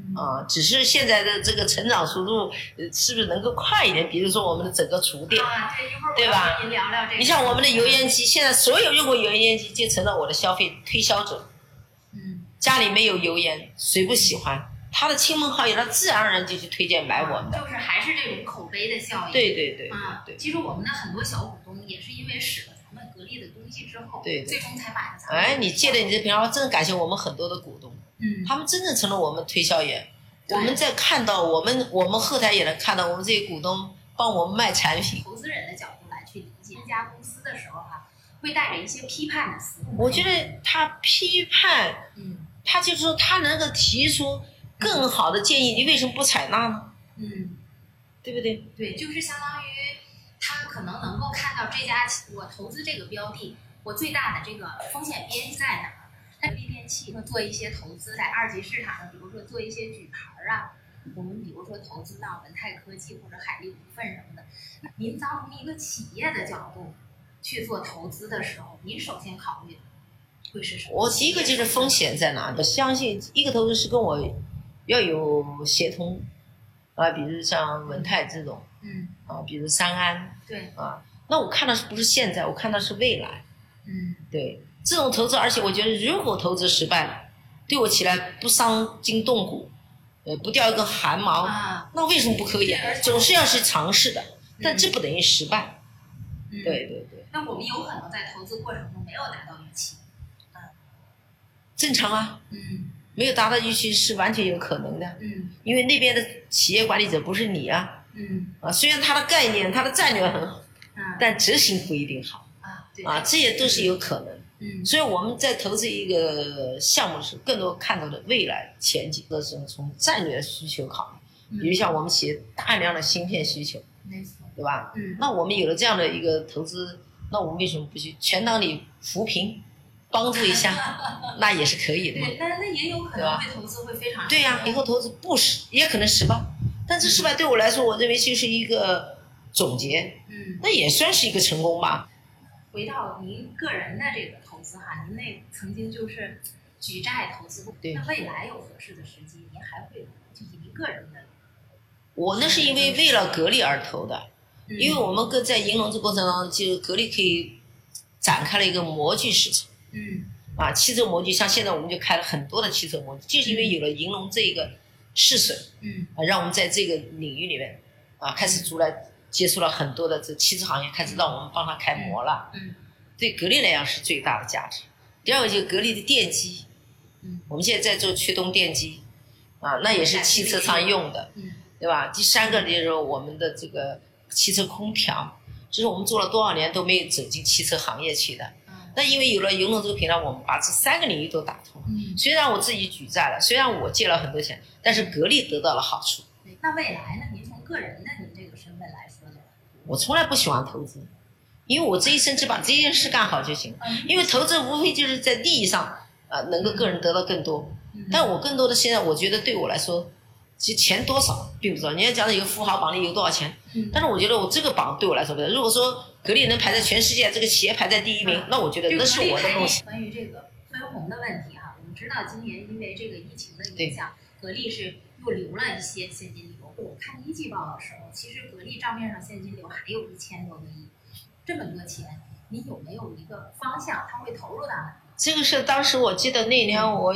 啊，只是现在的这个成长速度，呃，是不是能够快一点？比如说我们的整个厨电， 啊，对，一会儿对吧？ 我跟您聊聊这个。 你像我们的油烟机，现在所有用过油烟机就成了我的消费推销者。 嗯， 家里没有油烟，谁不喜欢？他的亲朋好友，他自然而然就去推荐买我们的。 就是还是这种口碑的效应。 对对对啊， 对。 其实我们的很多小股东也是因为使了咱们格力的东西之后， 对对最终才买的咱们。 哎，你借了你这平方，真的感谢我们很多的股东， 嗯， 他们真正成了我们推销员。我们在看到我们我们后台也能看到我们这些股东帮我们卖产品。 投资人的角度来去理解一家公司的时候哈、啊，会带着一些批判的思维。 我觉得他批判， 嗯， 他就是说他能够提出更好的建议，你为什么不采纳呢？ 嗯， 对不对？ 对，就是相当于他可能能够看到这家我投资这个标的，我最大的这个风险边际在哪儿。格力电器做一些投资，在二级市场上，比如说做一些举牌啊，我们比如说投资到文泰科技或者海力股份什么的。那您当从一个企业的角度去做投资的时候，您首先考虑的会是什么？ 我第一个就是风险在哪？我相信一个投资是跟我要有协同啊，比如像文泰这种， 嗯啊，比如三安， 对啊，那我看到是不是现在？我看到是未来， 嗯对。这种投资，而且我觉得，如果投资失败了，对我起来不伤筋动骨，呃，不掉一根汗毛， 啊， 那为什么不可以？总是要去尝试的，但这不等于失败。 嗯、 对对对。 那我们有可能在投资过程中没有达到预期，啊， 正常啊， 嗯， 没有达到预期是完全有可能的， 嗯， 因为那边的企业管理者不是你啊， 嗯， 啊，虽然他的概念、他的战略很好， 啊， 但执行不一定好， 啊，对啊，这些都是有可能。 嗯， 所以我们在投资一个项目的时候，更多看到的未来前景的时候，从战略需求考虑，比如像我们企业大量的芯片需求， 没错， 对吧？ 嗯， 那我们有了这样的一个投资，那我们为什么不去全当你扶贫，帮助一下，那也是可以的嘛。 对，那那也有可能会投资会非常对呀、啊，以后投资不失也可能失败，但这失败对我来说，我认为就是一个总结， 嗯， 那也算是一个成功吧。 回到您个人的这个投资哈，您那曾经就是举债投资过，那未来有合适的时机，您还会就以您个人的？ 我那是因为为了格力而投的， 嗯、 因为我们跟在银龙这过程当中，就格力可以展开了一个模具市场。 嗯， 啊，汽车模具，像现在我们就开了很多的汽车模具，就是因为有了银龙这个试水， 嗯， 啊，让我们在这个领域里面啊开始出来。接触了很多的这汽车行业，开始让我们帮他开模了。 嗯， 对格力来讲是最大的价值。第二个就是格力的电机， 嗯， 我们现在在做驱动电机，啊，那也是汽车上用的， 嗯， 对吧？第三个就是我们的这个汽车空调，就是我们做了多少年都没有走进汽车行业去的。嗯，那因为有了银龙这个平台，我们把这三个领域都打通。嗯，虽然我自己举债了，虽然我借了很多钱，但是格力得到了好处。 那未来呢？您从个人的您这个身份来说的话， 我从来不喜欢投资，因为我这一生只把这件事干好就行。 嗯、 因为投资无非就是在利益上，呃，能够个人得到更多。 嗯、 但我更多的现在，我觉得对我来说，其实钱多少并不知道。人家讲的有富豪榜里有多少钱， 嗯、 但是我觉得我这个榜对我来说不如果说格力能排在全世界这个企业排在第一名，嗯、那我觉得那是我的梦想。 关于这个分红的问题哈、啊，我们知道今年因为这个疫情的影响，格力是又留了一些现金流。我看一季报的时候，其实格力账面上现金流还有一千多个亿，这么多钱，你有没有一个方向，它会投入到哪？ 这个是当时我记得那年我，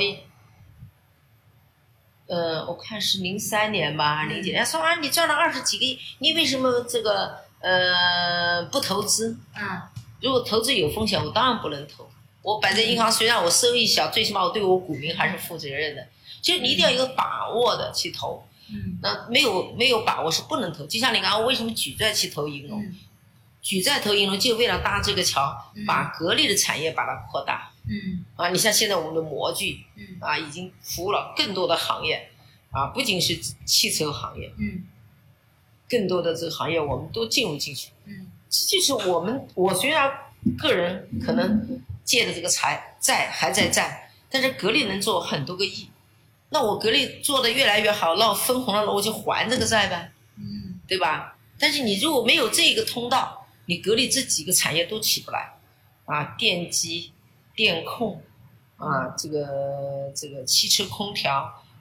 呃，我看是零三年吧，零几年说啊，你赚了二十几个亿，你为什么这个呃不投资？ 嗯， 如果投资有风险，我当然不能投。我摆在银行，虽然我收益小，最起码我对我股民还是负责任的。就你一定要有个把握的去投。 嗯， 那没有没有把握是不能投。就像你刚刚为什么举债去投银龙？嗯、举债投银龙就为了搭这个桥， 嗯、 把格力的产业把它扩大。 嗯， 啊，你像现在我们的模具， 嗯， 啊，已经服务了更多的行业，啊，不仅是汽车行业， 嗯， 更多的这个行业我们都进入进去。 嗯， 这就是我们我虽然个人可能借的这个财债还在债，但是格力能做很多个亿。那我格力做的越来越好，那我分红了，我就还这个债呗， 嗯， 对吧？但是你如果没有这个通道，你格力这几个产业都起不来，啊，电机、电控，啊，这个这个汽车空调，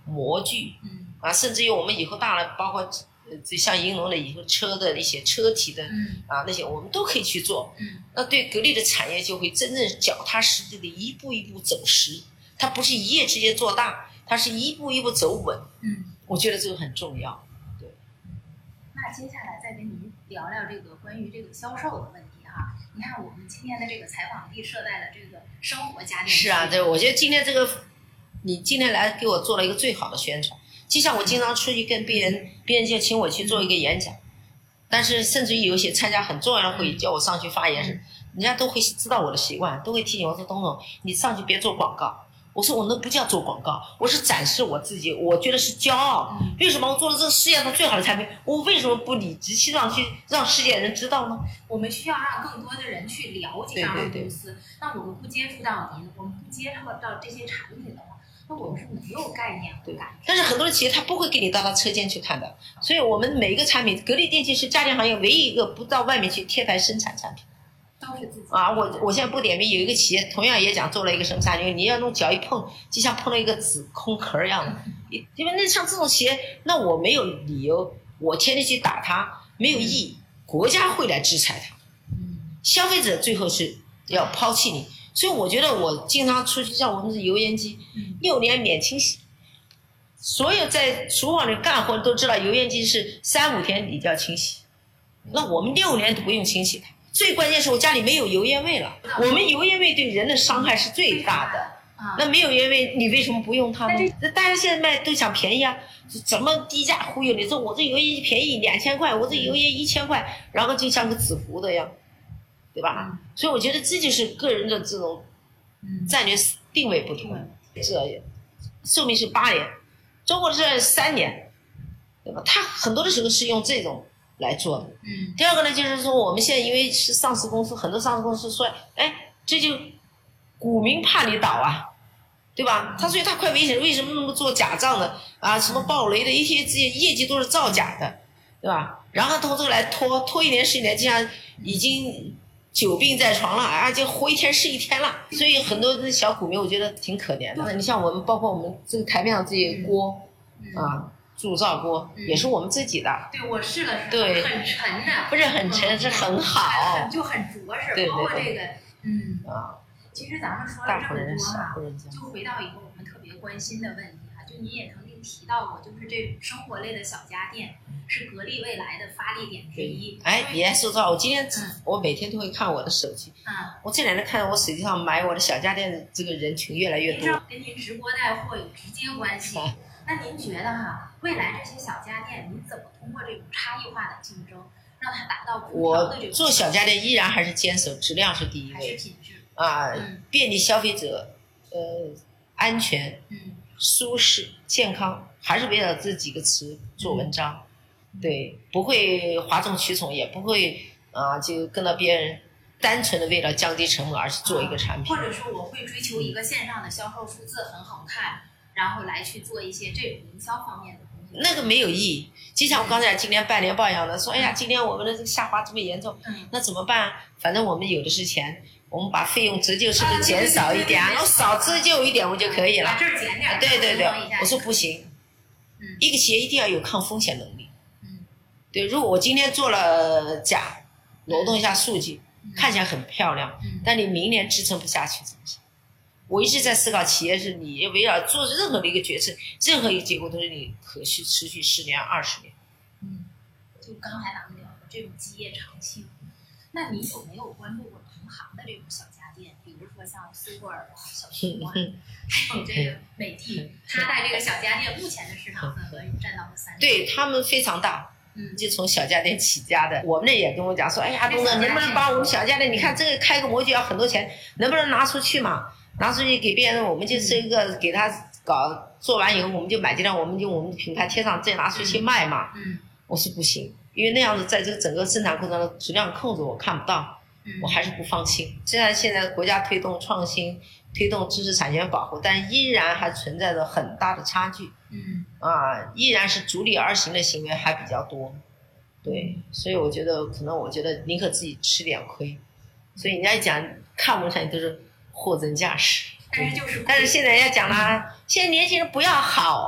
模具， 嗯啊，甚至于我们以后大了，包括呃，这像银龙的以后车的那些车体的， 嗯啊那些我们都可以去做。 嗯那对格力的产业就会真正脚踏实地的一步一步走实，它不是一夜之间做大，它是一步一步走稳。 嗯， 我觉得这个很重要。 那接下来再跟您聊聊这个关于这个销售的问题哈。你看我们今天的这个采访地设在了这个生活家电区。 是啊，对，我觉得今天这个，你今天来给我做了一个最好的宣传。就像我经常出去跟别人，别人就请我去做一个演讲，但是甚至于有些参加很重要的会议叫我上去发言时，人家都会知道我的习惯，都会提醒我说：“董总，你上去别做广告。”我说：“我那不叫做广告，我是展示我自己，我觉得是骄傲。为什么我做了这个世界上最好的产品？我为什么不理直气壮去让世界人知道呢？ 我们需要让更多的人去了解上市公司。那我们不接触到您，我们不接触到这些产品的话，那我们是没有概念和感觉。 但是很多的企业他不会给你到他车间去看的，所以我们每一个产品，格力电器是家电行业唯一一个不到外面去贴牌生产产品。 都是自己啊，我我现在不点名，有一个企业同样也讲做了一个什么产品，你要用脚一碰，就像碰了一个纸空壳一样的，因为那像这种企业，那我没有理由，我天天去打它没有意义，国家会来制裁它，消费者最后是要抛弃你，所以我觉得我经常出去，像我们的油烟机，六年免清洗，所有在厨房里干活都知道，油烟机是三五天你就要清洗，那我们六年都不用清洗它。最关键是我家里没有油烟味了，我们油烟味对人的伤害是最大的。那没有油烟味，你为什么不用它呢？大家现在卖都想便宜啊，怎么低价忽悠你？说我这油烟便宜两千块，我这油烟一千块，然后就像个纸糊的一样，对吧？嗯、所以我觉得这就是个人的这种战略定位不同。这寿命是八年，中国是三年，对吧？它很多的时候是用这种来做的。嗯。第二个呢，就是说我们现在因为是上市公司，很多上市公司说，哎，这就股民怕你倒啊，对吧？他所以他快危险，为什么那么做假账的啊？什么暴雷的，一些这些业绩都是造假的，对吧？然后从这个来拖拖一年是一年，就像已经久病在床了啊，就活一天是一天了。所以很多的小股民我觉得挺可怜的。你像我们，包括我们这个台面上这些锅啊。铸造锅、嗯、也是我们自己的， 对，我试了试， 对， 很沉的， 不是很沉，嗯、是很好， 很就很着实。 对对对， 包括这个，嗯啊， 其实咱们说了这么多哈，就回到一个我们特别关心的问题哈，就你也曾经提到过，就是这生活类的小家电是格力未来的发力点之一。 哎，别说到我今天、嗯，我每天都会看我的手机， 啊、嗯， 我这两天看我手机上买我的小家电的这个人群越来越多， 跟您直播带货有直接关系。啊，那您觉得哈，未来这些小家电，您怎么通过这种差异化的竞争，让它达到空调的这种？ 我做小家电依然还是坚守质量是第一位， 还是品质啊、 嗯， 便利消费者，呃，安全， 嗯， 舒适、健康，还是围绕这几个词做文章，嗯、对，不会哗众取宠，也不会啊、呃，就跟到别人。单纯的为了降低成本而是做一个产品， 或者说我会追求一个线上的销售数字很好看。然后来去做一些这种营销方面的东西， 那个没有意义。就像我刚才今年半年报一样的，说哎呀，今年我们的这个下滑这么严重， 嗯，那怎么办？反正我们有的是钱，我们把费用折旧是不是减少一点？我、啊、少折旧一点我就可以了。 这儿减点。 对对对，我说不行， 嗯， 一个企业一定要有抗风险能力。 嗯， 对，如果我今天做了假，挪动一下数据， 嗯、 看起来很漂亮， 嗯， 但你明年支撑不下去怎么办？我一直在思考，企业是你围绕做任何的一个决策，任何一个结果都是你可续持续十年、二十年。 嗯，就刚才咱们聊的这种基业长青，那你有没有关注过同行的这种小家电？比如说像苏泊尔啊、小熊啊，还有这个美的，它在这个小家电目前的市场份额有占到了三成。 对他们非常大。 嗯， 就从小家电起家的，我们那也跟我讲说，哎呀，东总，能不能把我们小家电，你看这个开个模具要很多钱，能不能拿出去嘛？拿出去给别人，我们就这个给他搞做完以后，我们就买进来，我们就我们的品牌贴上，再拿出去卖嘛。 嗯， 我说不行，因为那样子在这个整个生产过程中质量控制我看不到， 嗯， 我还是不放心。虽然现在国家推动创新，推动知识产权保护，但依然还存在着很大的差距。 嗯， 啊，依然是逐利而行的行为还比较多。对，所以我觉得可能我觉得宁可自己吃点亏。所以人家讲看我们产品都是货真价实， 但是就是， 但是现在人家讲了，现在年轻人不要好，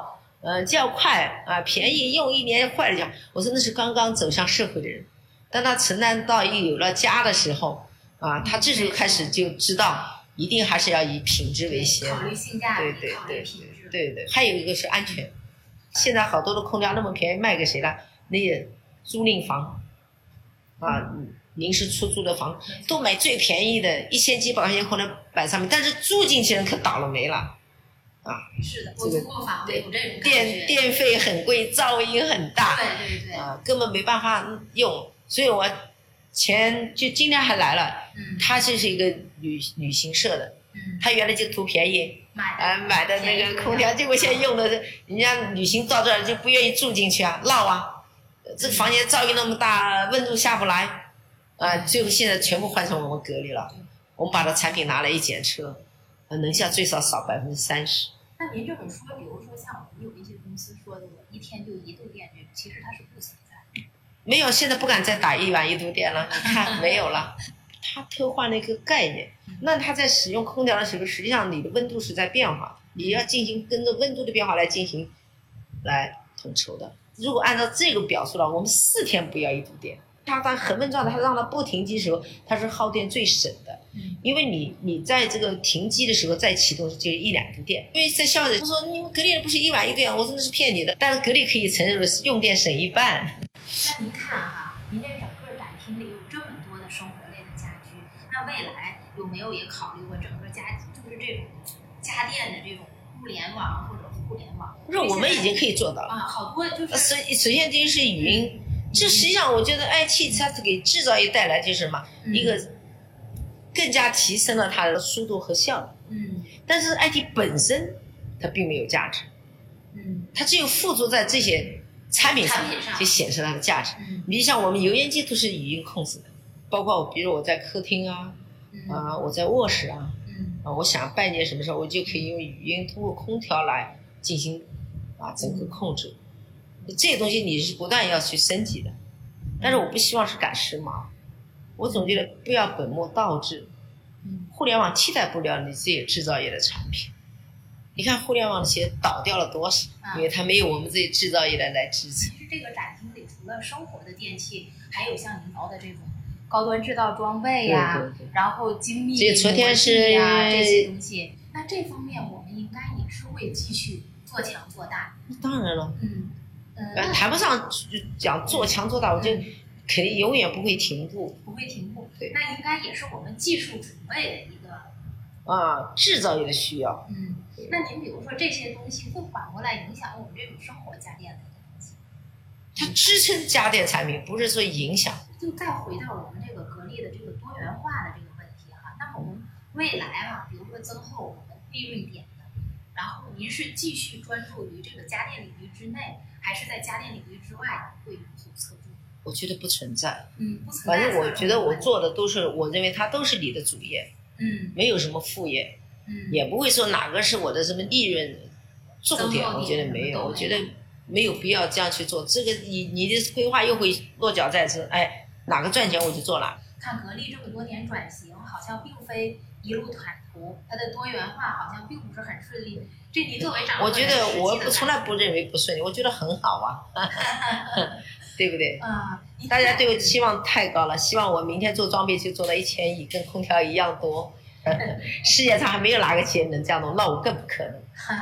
呃，叫快啊，便宜，用一年坏了就好。我说那是刚刚走向社会的人，当他承担到一有了家的时候啊，他这时候开始就知道，一定还是要以品质为先， 考虑性价比， 对对对考虑品质， 对对。还有一个是安全，现在好多的空调那么便宜，卖给谁了？那些租赁房啊，临时出租的房都买最便宜的，一千几百块钱空调摆上面，但是住进去人可倒了霉了。啊， 是的，我租过房子有这种电电费很贵，噪音很大， 对对对， 啊，根本没办法用。所以我前就今天还来了， 嗯， 他就是一个旅旅行社的， 嗯， 他原来就图便宜， 买的啊买的那个空调，结果现在用的，人家旅行到这儿就不愿意住进去啊，闹啊，这个房间噪音那么大，温度下不来，啊，最后现在全部换成我们隔离了。我们把这产品拿来一检测，能效最少少百分之三十。 那您这么说，比如说像我们有一些公司说的，我一天就一度电，这个其实它是不存在的。 没有，现在不敢再打一晚一度电了，你看没有了。它偷换了一个概念，那它在使用空调的时候，实际上你的温度是在变化，你要进行跟着温度的变化来进行来统筹的。如果按照这个表述了，我们四天不要一度电。它在恒温状态，它让它不停机的时候，它是耗电最省的，因为你你在这个停机的时候再启动就一两度电。因为在消费者说你们格力不是一晚一度电，我说那是骗你的，但是格力可以承认的是用电省一半。 那您看哈，您这整个展厅里有这么多的生活类的家居，那未来有没有也考虑过整个家就是这种家电的这种物联网或者互联网？ 不是，我们已经可以做到了啊，好多就是首首先第一是语音。这实际上，我觉得 I T 它给制造业带来就是什么？ 嗯、 一个更加提升了它的速度和效率。 嗯， 但是 I T 本身它并没有价值。 嗯，它只有附着在这些产品上就显示它的价值。 嗯， 你像我们油烟机都是语音控制的，包括比如我在客厅啊， 嗯、 啊我在卧室啊， 嗯啊我想办件什么时候，我就可以用语音通过空调来进行啊整个控制。嗯这些东西你是不断要去升级的，但是我不希望是赶时髦，我总觉得不要本末倒置。互联网替代不了你这些制造业的产品。你看互联网的企业倒掉了多少？因为它没有我们这些制造业的来支持。 其实这个展厅里除了生活的电器，还有像您聊的这种高端制造装备呀、啊，然后精密这昨天是呀这些东西。那这方面我们应该也是会继续做强做大。 当然了， 嗯。 呃，谈不上讲做强做大，我觉得肯定永远不会停步， 不会停步。 对， 那应该也是我们技术储备的一个啊制造业的需要。 嗯，那您比如说这些东西会反过来影响我们这种生活家电类的东西？ 它支撑家电产品，不是说影响。 就再回到我们这个格力的这个多元化的这个问题哈，那么我们未来啊，比如说增厚我们利润点的，然后您是继续专注于这个家电领域之内？还是在家电领域之外会有所侧重？ 我觉得不存在， 嗯，不存在。 反正我觉得我做的都是，我认为它都是你的主业， 嗯， 没有什么副业， 嗯， 也不会说哪个是我的什么利润重点，我觉得没有，我觉得没有必要这样去做。这个你你的规划又会落脚在这，哎，哪个赚钱我就做哪。 看格力这么多年转型，好像并非一路坦途，它的多元化好像并不是很顺利。这你作为掌握，我觉得我从来不认为不顺利，我觉得很好啊，对不对？ 啊、 嗯，大家对我期望太高了，希望我明天做装备就做到一千亿，跟空调一样多。世界上还没有哪个企业能这样弄，那我更不可能。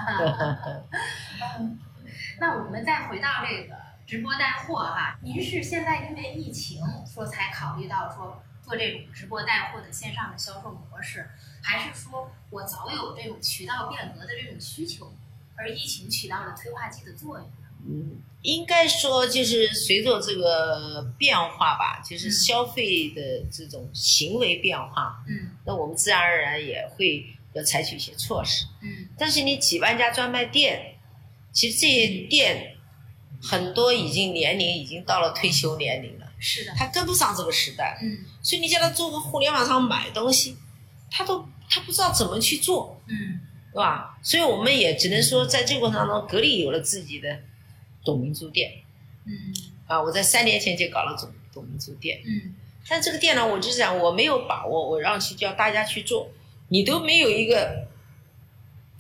嗯，那我们再回到这个直播带货哈，您是现在因为疫情说才考虑到说做这种直播带货的线上的销售模式，还是说我早有这种渠道变革的这种需求，而疫情起到了催化剂的作用？ 嗯，应该说就是随着这个变化吧，就是消费的这种行为变化， 嗯， 那我们自然而然也会要采取一些措施， 嗯， 但是你几万家专卖店，其实这些店很多已经年龄已经到了退休年龄了， 是的， 他跟不上这个时代， 嗯， 所以你叫他做个互联网上买东西，他都他不知道怎么去做， 嗯， 对吧？所以我们也只能说，在这个过程当中，格力有了自己的董明珠店， 嗯， 啊，我在三年前就搞了董董明珠店， 嗯， 但这个店呢，我就是讲我没有把握，我让去叫大家去做，你都没有一个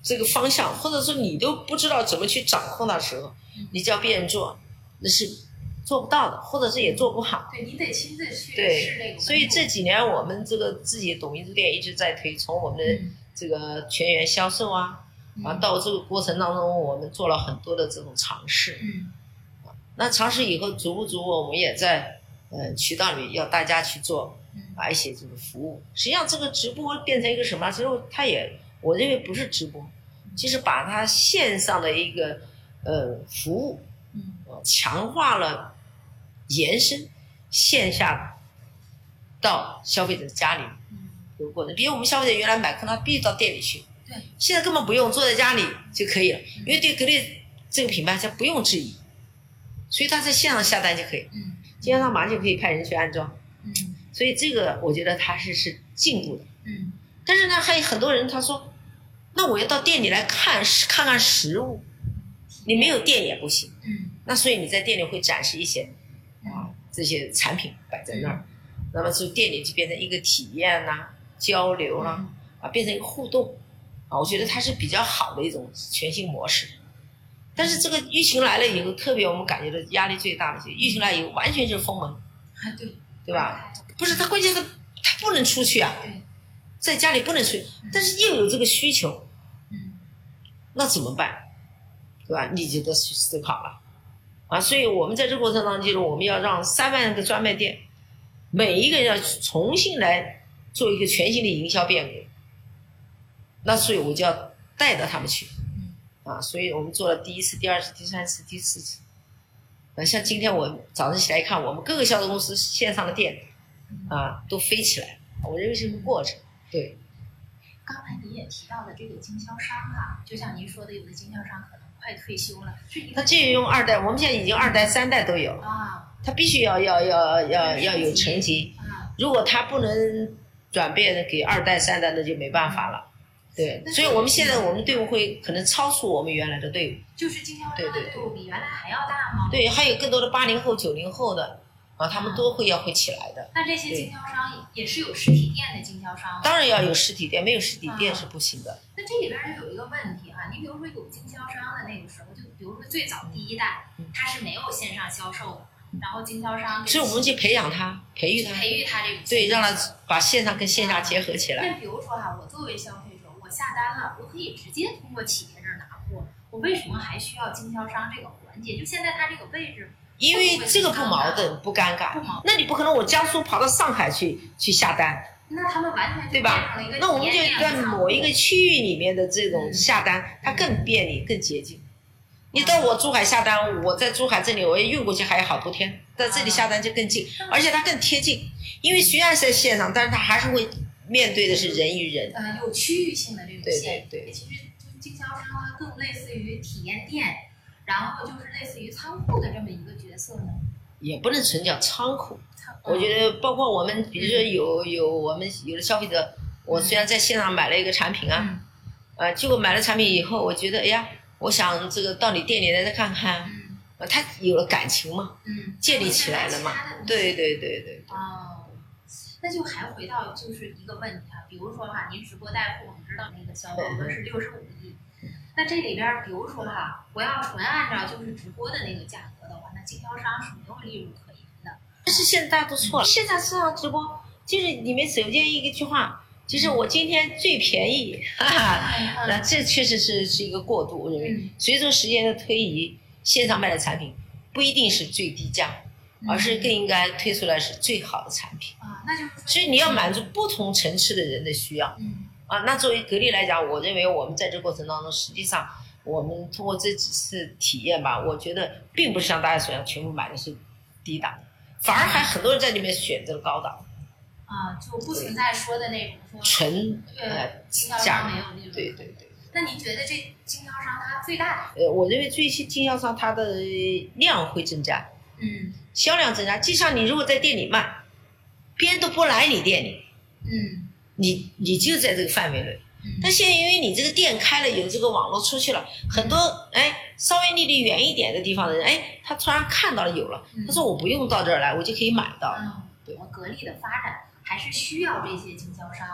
这个方向，或者说你都不知道怎么去掌控的时候，你叫别人做，那是做不到的，或者是也做不好。 对，你得亲自去对试这个。 所以这几年我们这个自己董明珠店一直在推，从我们的这个全员销售啊， 嗯、 啊，到这个过程当中，我们做了很多的这种尝试。 嗯， 那尝试以后，逐步逐步，我们也在呃渠道里面要大家去做啊一些这个服务。实际上，这个直播变成一个什么？其实它也，我认为不是直播，其实把它线上的一个呃服务， 嗯， 强化了，延伸线下到消费者家里有过程。比如我们消费者原来买课，他必须到店里去， 对， 现在根本不用，坐在家里就可以了，因为对格力这个品牌它不用质疑，所以他在线上下单就可以， 嗯， 经销商马上就可以派人去安装， 嗯， 所以这个我觉得它是是进步的， 嗯， 但是呢，还有很多人他说，那我要到店里来看看看实物，你没有店也不行， 嗯， 那所以你在店里会展示一些啊这些产品摆在那儿，那么就店里就变成一个体验呐、啊、交流啦、啊，啊变成一个互动啊，我觉得它是比较好的一种全新模式。但是这个疫情来了以后，特别我们感觉到压力最大的，疫情来以后完全就是封门， 啊对， 对吧？不是，他关键他他不能出去啊， 对， 在家里不能出去，但是又有这个需求， 嗯， 那怎么办？对吧？你就得去思考了啊！所以我们在这个过程当中，就是我们要让三万个专卖店，每一个人要重新来做一个全新的营销变革。那所以我就要带着他们去，啊，所以我们做了第一次、第二次、第三次、第四次。啊，像今天我早上起来一看，我们各个销售公司线上的店，啊，都飞起来。我认为是个过程，对。 刚才你也提到的这个经销商啊，就像您说的，有的经销商可能快退休了， 他借用二代，我们现在已经二代、三代都有啊， 他必须要要要要要有成绩。如果他不能转变给二代、三代，那就没办法了。对，所以我们现在我们队伍会可能超出我们原来的队伍。 就是经销商的队伍比原来还要大吗？ 对，还有更多的八零后、九零后的啊，他们都会要会起来的。 那这些经销商也是有实体店的经销商吗？ 当然要有实体店，没有实体店是不行的。 那这里边有一个问题哈，你比如说有经销商的那个时候，就比如说最早第一代，它是没有线上销售的，然后经销商， 所以我们就培养他，培育他， 培育他这个， 对，让他把线上跟线下结合起来。 那比如说哈，我作为消费者，我下单了，我可以直接通过企业这儿拿货，我为什么还需要经销商这个环节？就现在它这个位置。 因为这个不矛盾，不尴尬。那你不可能我江苏跑到上海去去下单， 那他们完全对吧？那我们就在某一个区域里面的这种下单，它更便利、更捷径。你到我珠海下单，我在珠海这里我也运过去还有好多天，在这里下单就更近，而且它更贴近。因为虽然是在线上，但是它还是会面对的是人与人。 呃，有区域性的这种线。 对对对。 其实经销商它更类似于体验店。然后就是类似于仓库的这么一个角色呢， 也不能纯叫仓库。我觉得包括我们，比如说有有我们有的消费者，我虽然在线上买了一个产品啊，啊，结果买了产品以后，我觉得哎呀，我想这个到你店里来再看看，啊，他有了感情嘛， 嗯， 建立起来了嘛，对对对对。 哦，那就还回到就是一个问题啊，比如说哈，您直播带货，我们知道那个销售额是六十五亿。那这里边，比如说哈，我要纯按照就是直播的那个价格的话，那经销商是没有利润可言的。 但是现在大家都错了，现在线上直播就是你们首先一个句话，就是我今天最便宜，哈哈，那这确实是是一个过渡。我认为，随着时间的推移，线上卖的产品不一定是最低价，而是更应该推出来是最好的产品。 啊，那就是所以你要满足不同层次的人的需要。 嗯。 啊，那作为格力来讲，我认为我们在这个过程当中，实际上我们通过这几次体验吧，我觉得并不是像大家所想全部买的是低档，反而还很多人在里面选择了高档。 啊，就不存在说的那种说纯呃经销商没有利润。 对对对。 那您觉得这经销商它最大的？呃，我认为这些经销商它的量会增加， 嗯， 销量增加。就像你如果在店里卖，别人都不来你店里， 嗯。 你你就在这个范围内，但现在因为你这个店开了，有这个网络出去了，很多哎稍微离得远一点的地方的人，哎，他突然看到了有了，他说我不用到这儿来，我就可以买到。 嗯，对，格力的发展还是需要这些经销商的，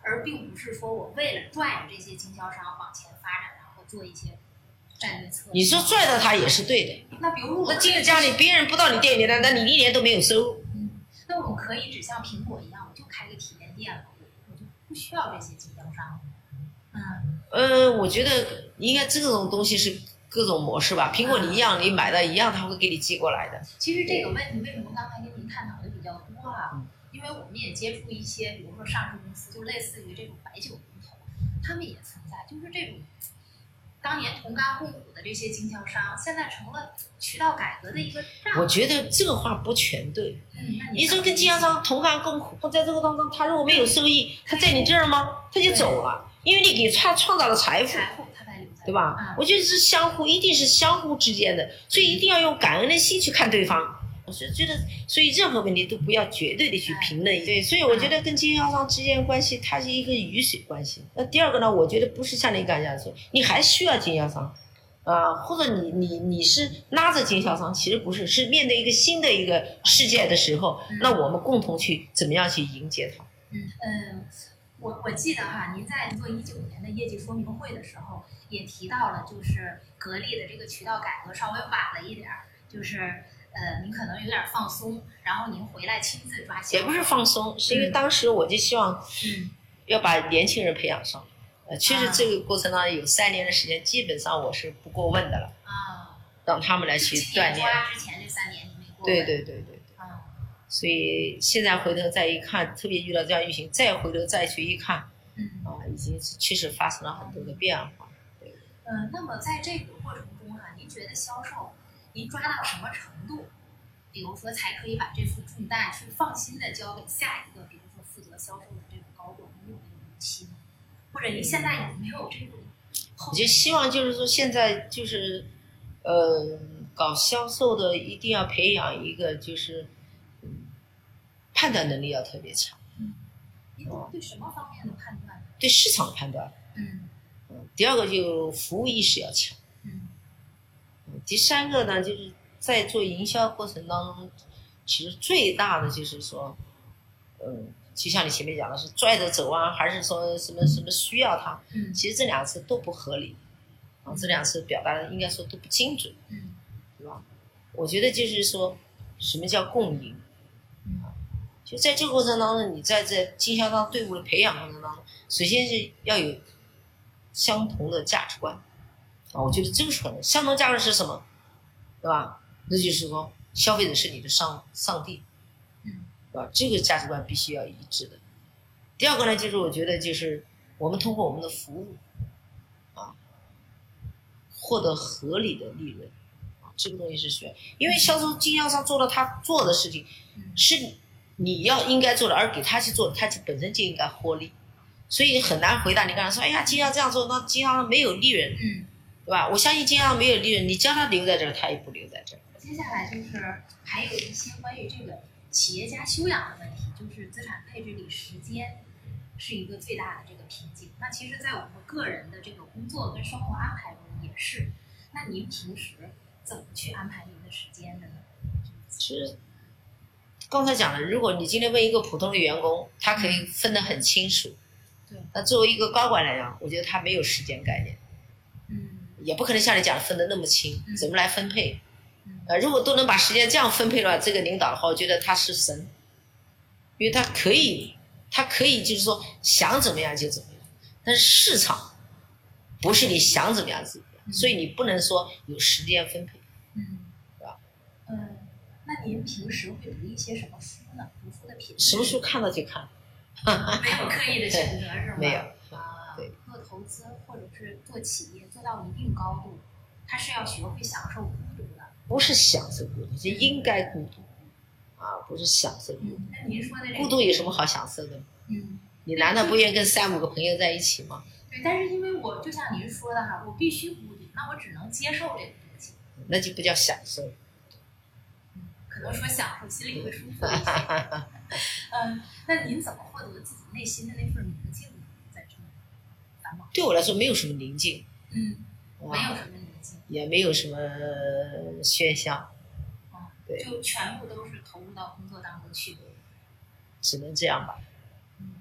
而并不是说我为了拽着这些经销商往前发展，然后做一些战略策略。 你说拽到他也是对的。 那比如说， 那进了家里，别人不到你店里来，那你一年都没有收入。 嗯，那我们可以只像苹果一样，我就开个体验店了，我就不需要这些经销商。嗯， 呃，我觉得应该这种东西是各种模式吧。苹果你一样，你买的一样，他会给你寄过来的。 其实这个问题为什么刚才跟您探讨的比较多啊？嗯、因为我们也接触一些，比如说上市公司，就类似于这种白酒龙头，他们也存在，就是这种当年同甘共苦的这些经销商，现在成了渠道改革的一个障碍。 我觉得这个话不全对。 嗯， 你说跟经销商同甘共苦，在这个当中，他如果没有收益，他在你这儿吗？他就走了，因为你给他创造了财富。 财富他才留在， 对吧？ 嗯、 我觉得是相互，一定是相互之间的，所以一定要用感恩的心去看对方。我是觉得，所以任何问题都不要绝对的去评论。对，所以我觉得跟经销商之间的关系，它是一个雨水关系。那第二个呢，我觉得不是像你刚才说，你还需要经销商，啊、呃，或者你你你是拉着经销商，其实不是，是面对一个新的一个世界的时候，那我们共同去怎么样去迎接它。 嗯嗯。我我记得哈，您在做一九年的业绩说明会的时候，也提到了，就是格力的这个渠道改革稍微晚了一点儿，就是呃，您可能有点放松，然后您回来亲自抓起。 也不是放松，是因为当时我就希望， 嗯， 要把年轻人培养上。呃，其实这个过程当中有三年的时间，基本上我是不过问的了。 啊， 让他们来去锻炼。 抓之前这三年你没过问。 对对对对对。 啊。 所以现在回头再一看，特别遇到这样疫情，再回头再去一看， 嗯啊，已经确实发生了很多的变化。对。 嗯、呃，那么在这个过程中啊，您觉得销售，您抓到什么程度，比如说才可以把这副重担去放心的交给下一个，比如说负责销售的这个高管，您有没有预期呢？或者您现在有没有这种？ 我就希望就是说，现在就是，呃，搞销售的一定要培养一个就是。判断能力要特别强。 嗯，你对什么方面的判断？ 对市场的判断。 嗯。 嗯，第二个就服务意识要强。 嗯。 嗯，第三个呢，就是在做营销过程当中，其实最大的就是说，嗯，就像你前面讲的是拽着走啊，还是说什么什么需要它？ 嗯， 其实这两次都不合理，啊，这两次表达的应该说都不精准。 嗯， 对吧？我觉得就是说，什么叫共赢？就在这个过程当中，你在这经销商队伍的培养过程当中，首先是要有相同的价值观啊，我觉得这个是可能。相同价值是什么？对吧？那就是说，消费者是你的上上帝， 嗯， 对吧？这个价值观必须要一致的。第二个呢，就是我觉得就是我们通过我们的服务啊，获得合理的利润啊，这个东西是需要，因为销售经销商做了他做的事情是。你要应该做的，而给他去做，他就本身就应该获利，所以很难回答你刚才说，哎呀，经销这样做，那经销商没有利润， 嗯， 对吧？我相信经销商没有利润，你叫他留在这儿，他也不留在这儿。 接下来就是还有一些关于这个企业家修养的问题，就是资产配置里时间是一个最大的这个瓶颈。那其实，在我们个人的这个工作跟生活安排中也是。那您平时怎么去安排您的时间的呢？ 其实。刚才讲了，如果你今天问一个普通的员工，他可以分得很清楚。 对。 那作为一个高管来讲，我觉得他没有时间概念。 嗯。 也不可能像你讲的分得那么清， 嗯、 怎么来分配？ 嗯。 呃，如果都能把时间这样分配的话，这个领导的话，我觉得他是神，因为他可以，他可以就是说想怎么样就怎么样。但是市场不是你想怎么样怎么样， 嗯、 所以你不能说有时间分配。 嗯。 是吧？ 嗯。那您平时会读一些什么书呢？读书的品质？ 什么书看到就看， 没有刻意的选择是吗？ 没有啊。 对。 做投资或者是做企业做到一定高度，他是要学会享受孤独的。 不是享受孤独，是应该孤独，啊，不是享受孤独。 嗯，那您说的这个孤独有什么好享受的？ 嗯。 你难道不愿意跟三五个朋友在一起吗？ 对，但是因为我就像您说的哈，我必须孤独，那我只能接受这个东西。 那就不叫享受。 可能说享受心里会舒服一些。嗯，那您怎么获得自己内心的那份宁静呢？在这么繁忙？ 对我来说，没有什么宁静。 嗯，没有什么宁静， 也没有什么喧嚣。 啊， 对， 就全部都是投入到工作当中去的。 只能这样吧。 嗯，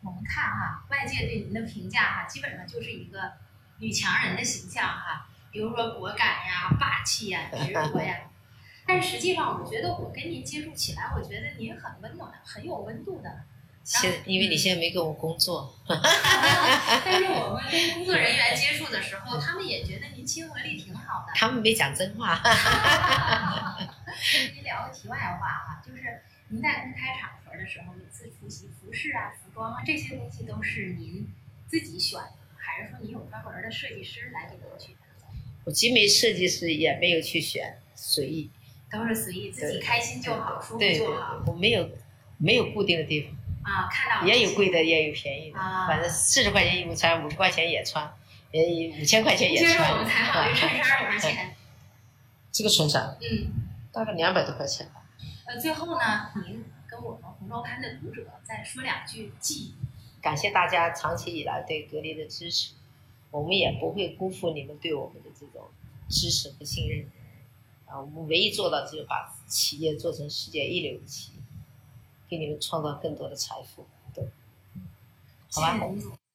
我们看哈，外界对您的评价哈，基本上就是一个女强人的形象哈，比如说果敢呀、霸气呀、执着呀。但实际上，我觉得我跟您接触起来，我觉得您很温暖，很有温度的。 现因为你现在没跟我工作， 但是我们跟工作人员接触的时候，他们也觉得您亲和力挺好的。 他们没讲真话。 您聊个题外话哈，就是您在公开场合的时候，每次出席服饰啊、服装啊这些东西都是您自己选的，还是说您有专门的设计师来给您去打造？ 我既没设计师，也没有去选，随意， 都是随意，自己开心就好，舒服对就好。 对对，我没有没有固定的地方。 啊，看到也有贵的，也有便宜的， 啊、 反正四十块钱衣服穿，五十块钱也穿，呃，五千块钱也穿。 接着我们采访这衬衫多少钱？ 这个衬衫， 嗯， 大概两百多块钱吧。 呃，最后呢，您跟我们红周刊的读者再说两句寄语。 感谢大家长期以来对格力的支持，我们也不会辜负你们对我们的这种支持和信任。啊，我们唯一做到就是把企业做成世界一流的企业。给你们创造更多的财富，对，好吧。